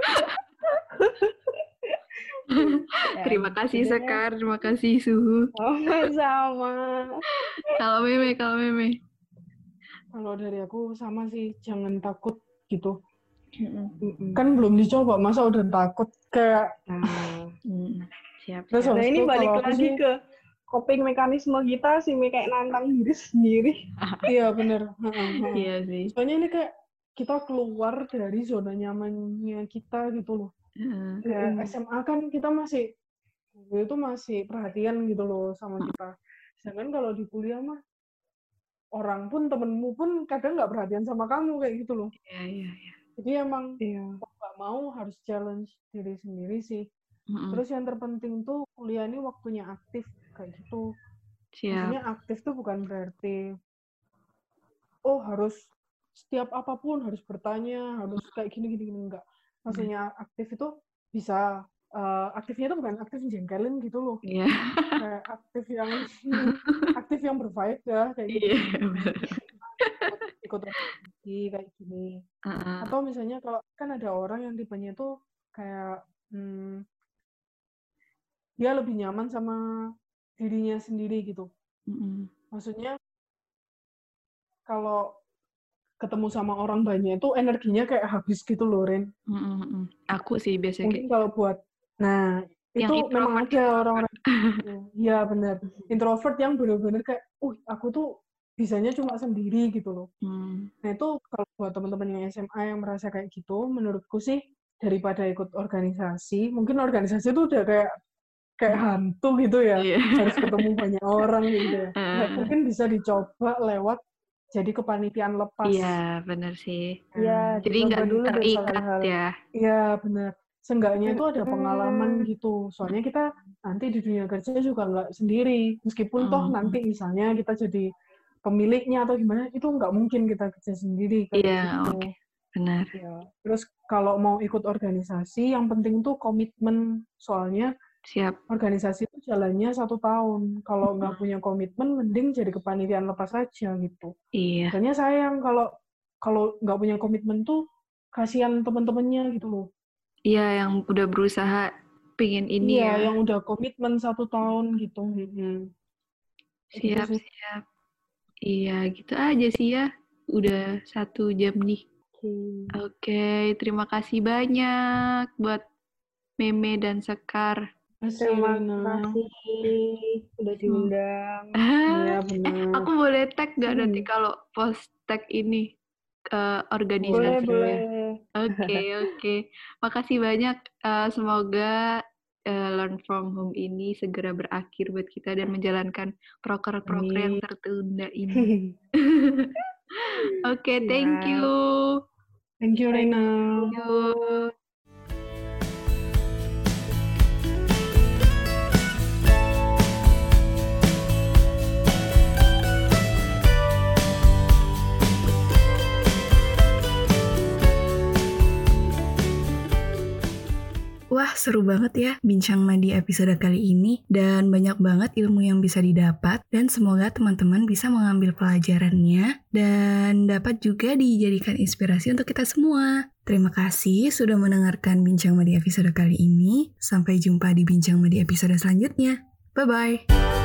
[SPEAKER 2] Terima kasih
[SPEAKER 3] Udah deh.
[SPEAKER 2] Sekar, terima kasih Suhu.
[SPEAKER 3] Sama-sama.
[SPEAKER 2] Kalau Meme, kalau Meme.
[SPEAKER 4] Kalau dari aku sama sih, jangan takut gitu.
[SPEAKER 3] Mm-mm.
[SPEAKER 4] Kan belum dicoba, masa udah takut kayak.
[SPEAKER 3] Nah,
[SPEAKER 2] Hmm. Siap,
[SPEAKER 4] Terus
[SPEAKER 2] siap.
[SPEAKER 3] nah
[SPEAKER 4] habis
[SPEAKER 3] ini
[SPEAKER 4] itu
[SPEAKER 3] balik
[SPEAKER 4] kalau aku
[SPEAKER 3] lagi
[SPEAKER 4] sih,
[SPEAKER 3] ke coping mekanisme kita sih, Mi, kayak nantang diri sendiri.
[SPEAKER 4] iya bener. Heeh, heeh.
[SPEAKER 2] Iya sih.
[SPEAKER 4] Soalnya ini kayak kita keluar dari zona nyamannya kita gitu loh.
[SPEAKER 2] Heeh.
[SPEAKER 4] Kayak
[SPEAKER 3] Mm-mm.
[SPEAKER 4] S M A kan kita masih, gue itu masih perhatian gitu loh sama kita. Sedangkan kalau di kuliah mah, orang pun, temenmu pun kadang nggak perhatian sama kamu kayak gitu loh.
[SPEAKER 2] Iya, iya, iya.
[SPEAKER 4] Jadi emang
[SPEAKER 3] Iya.
[SPEAKER 4] mau nggak mau harus challenge diri sendiri sih.
[SPEAKER 2] Mm-mm.
[SPEAKER 4] Terus yang terpenting tuh kuliah ini waktunya aktif kayak gitu.
[SPEAKER 2] Siap.
[SPEAKER 4] Maksudnya aktif tuh bukan berarti oh harus setiap apapun harus bertanya, harus kayak gini gini gini enggak. Maksudnya aktif itu bisa eh, aktifnya itu bukan aktif jengkelin gitu loh.
[SPEAKER 2] Iya.
[SPEAKER 4] Kayak aktif yang aktif yang berfaedah kayak gitu.
[SPEAKER 2] Iya, benar.
[SPEAKER 4] Ikut, ikut ikut organisasi kayak gini.
[SPEAKER 2] Uh-uh.
[SPEAKER 4] Atau misalnya kalau kan ada orang yang tipenya itu kayak hmm, dia lebih nyaman sama dirinya sendiri gitu.
[SPEAKER 2] Mm-mm.
[SPEAKER 4] Maksudnya kalau ketemu sama orang banyak itu energinya kayak habis gitu loh, Ren.
[SPEAKER 2] Mm-mm. Aku sih biasanya
[SPEAKER 4] Mungkin
[SPEAKER 2] kayak
[SPEAKER 4] kalau buat, nah
[SPEAKER 2] yang
[SPEAKER 4] itu memang
[SPEAKER 2] introvert,
[SPEAKER 4] ada orang-orang gitu. Iya benar. Introvert yang benar-benar kayak, uh aku tuh bisanya cuma sendiri gitu loh.
[SPEAKER 2] Hmm.
[SPEAKER 4] Nah itu kalau buat teman-teman yang S M A yang merasa kayak gitu, menurutku sih daripada ikut organisasi, mungkin organisasi itu udah kayak kayak hantu gitu ya,
[SPEAKER 2] Iya.
[SPEAKER 4] harus ketemu banyak orang gitu ya.
[SPEAKER 2] Uh,
[SPEAKER 4] Mungkin bisa dicoba lewat jadi kepanitiaan lepas.
[SPEAKER 2] Iya, benar sih.
[SPEAKER 3] Iya,
[SPEAKER 2] Jadi nggak
[SPEAKER 3] dicoba dulu besok
[SPEAKER 2] terikat
[SPEAKER 3] hal-hal.
[SPEAKER 2] ya.
[SPEAKER 4] Iya benar. Seenggaknya itu ada
[SPEAKER 3] Hmm.
[SPEAKER 4] pengalaman gitu. Soalnya kita nanti di dunia kerja juga nggak sendiri. Meskipun toh
[SPEAKER 2] Mm.
[SPEAKER 4] nanti misalnya kita jadi pemiliknya atau gimana, itu nggak mungkin kita kerja sendiri kayak
[SPEAKER 2] Iya,
[SPEAKER 4] gitu.
[SPEAKER 2] oke. Benar.
[SPEAKER 4] Ya. Terus kalau mau ikut organisasi, yang penting tuh komitmen. Soalnya
[SPEAKER 2] Siap.
[SPEAKER 4] organisasi itu jalannya satu tahun. Kalau nggak punya komitmen, mending jadi kepanitiaan lepas aja gitu.
[SPEAKER 2] Iya.
[SPEAKER 4] Soalnya sayang kalau kalau nggak punya komitmen tuh kasihan teman-temannya gitu loh.
[SPEAKER 2] Iya, yang udah berusaha pingin ini
[SPEAKER 4] Iya,
[SPEAKER 2] ya.
[SPEAKER 4] yang udah komitmen satu tahun gitu. Hmm.
[SPEAKER 2] Siap,
[SPEAKER 4] Gitu sih.
[SPEAKER 2] siap. Iya, gitu aja sih ya. Udah satu jam nih.
[SPEAKER 3] Oke.
[SPEAKER 2] Oke, terima kasih banyak buat Meme dan Sekar.
[SPEAKER 3] Terima
[SPEAKER 4] Rina.
[SPEAKER 3] kasih udah diundang.
[SPEAKER 4] Iya benar.
[SPEAKER 2] Aku boleh tag nggak
[SPEAKER 4] Hmm.
[SPEAKER 2] nanti kalau post tag ini ke
[SPEAKER 3] Boleh,
[SPEAKER 2] organisasi?
[SPEAKER 3] boleh.
[SPEAKER 2] Oke, oke. Makasih banyak. Uh, semoga uh, Learn from Home ini segera berakhir buat kita dan menjalankan proker-proker yang tertunda ini. Oke, okay, thank you.
[SPEAKER 4] Thank you, Rina.
[SPEAKER 2] Thank you.
[SPEAKER 1] Wah, seru banget ya Bincang Madi episode kali ini, dan banyak banget ilmu yang bisa didapat, dan semoga teman-teman bisa mengambil pelajarannya dan dapat juga dijadikan inspirasi untuk kita semua. Terima kasih sudah mendengarkan Bincang Madi episode kali ini. Sampai jumpa di Bincang Madi episode selanjutnya. Bye-bye!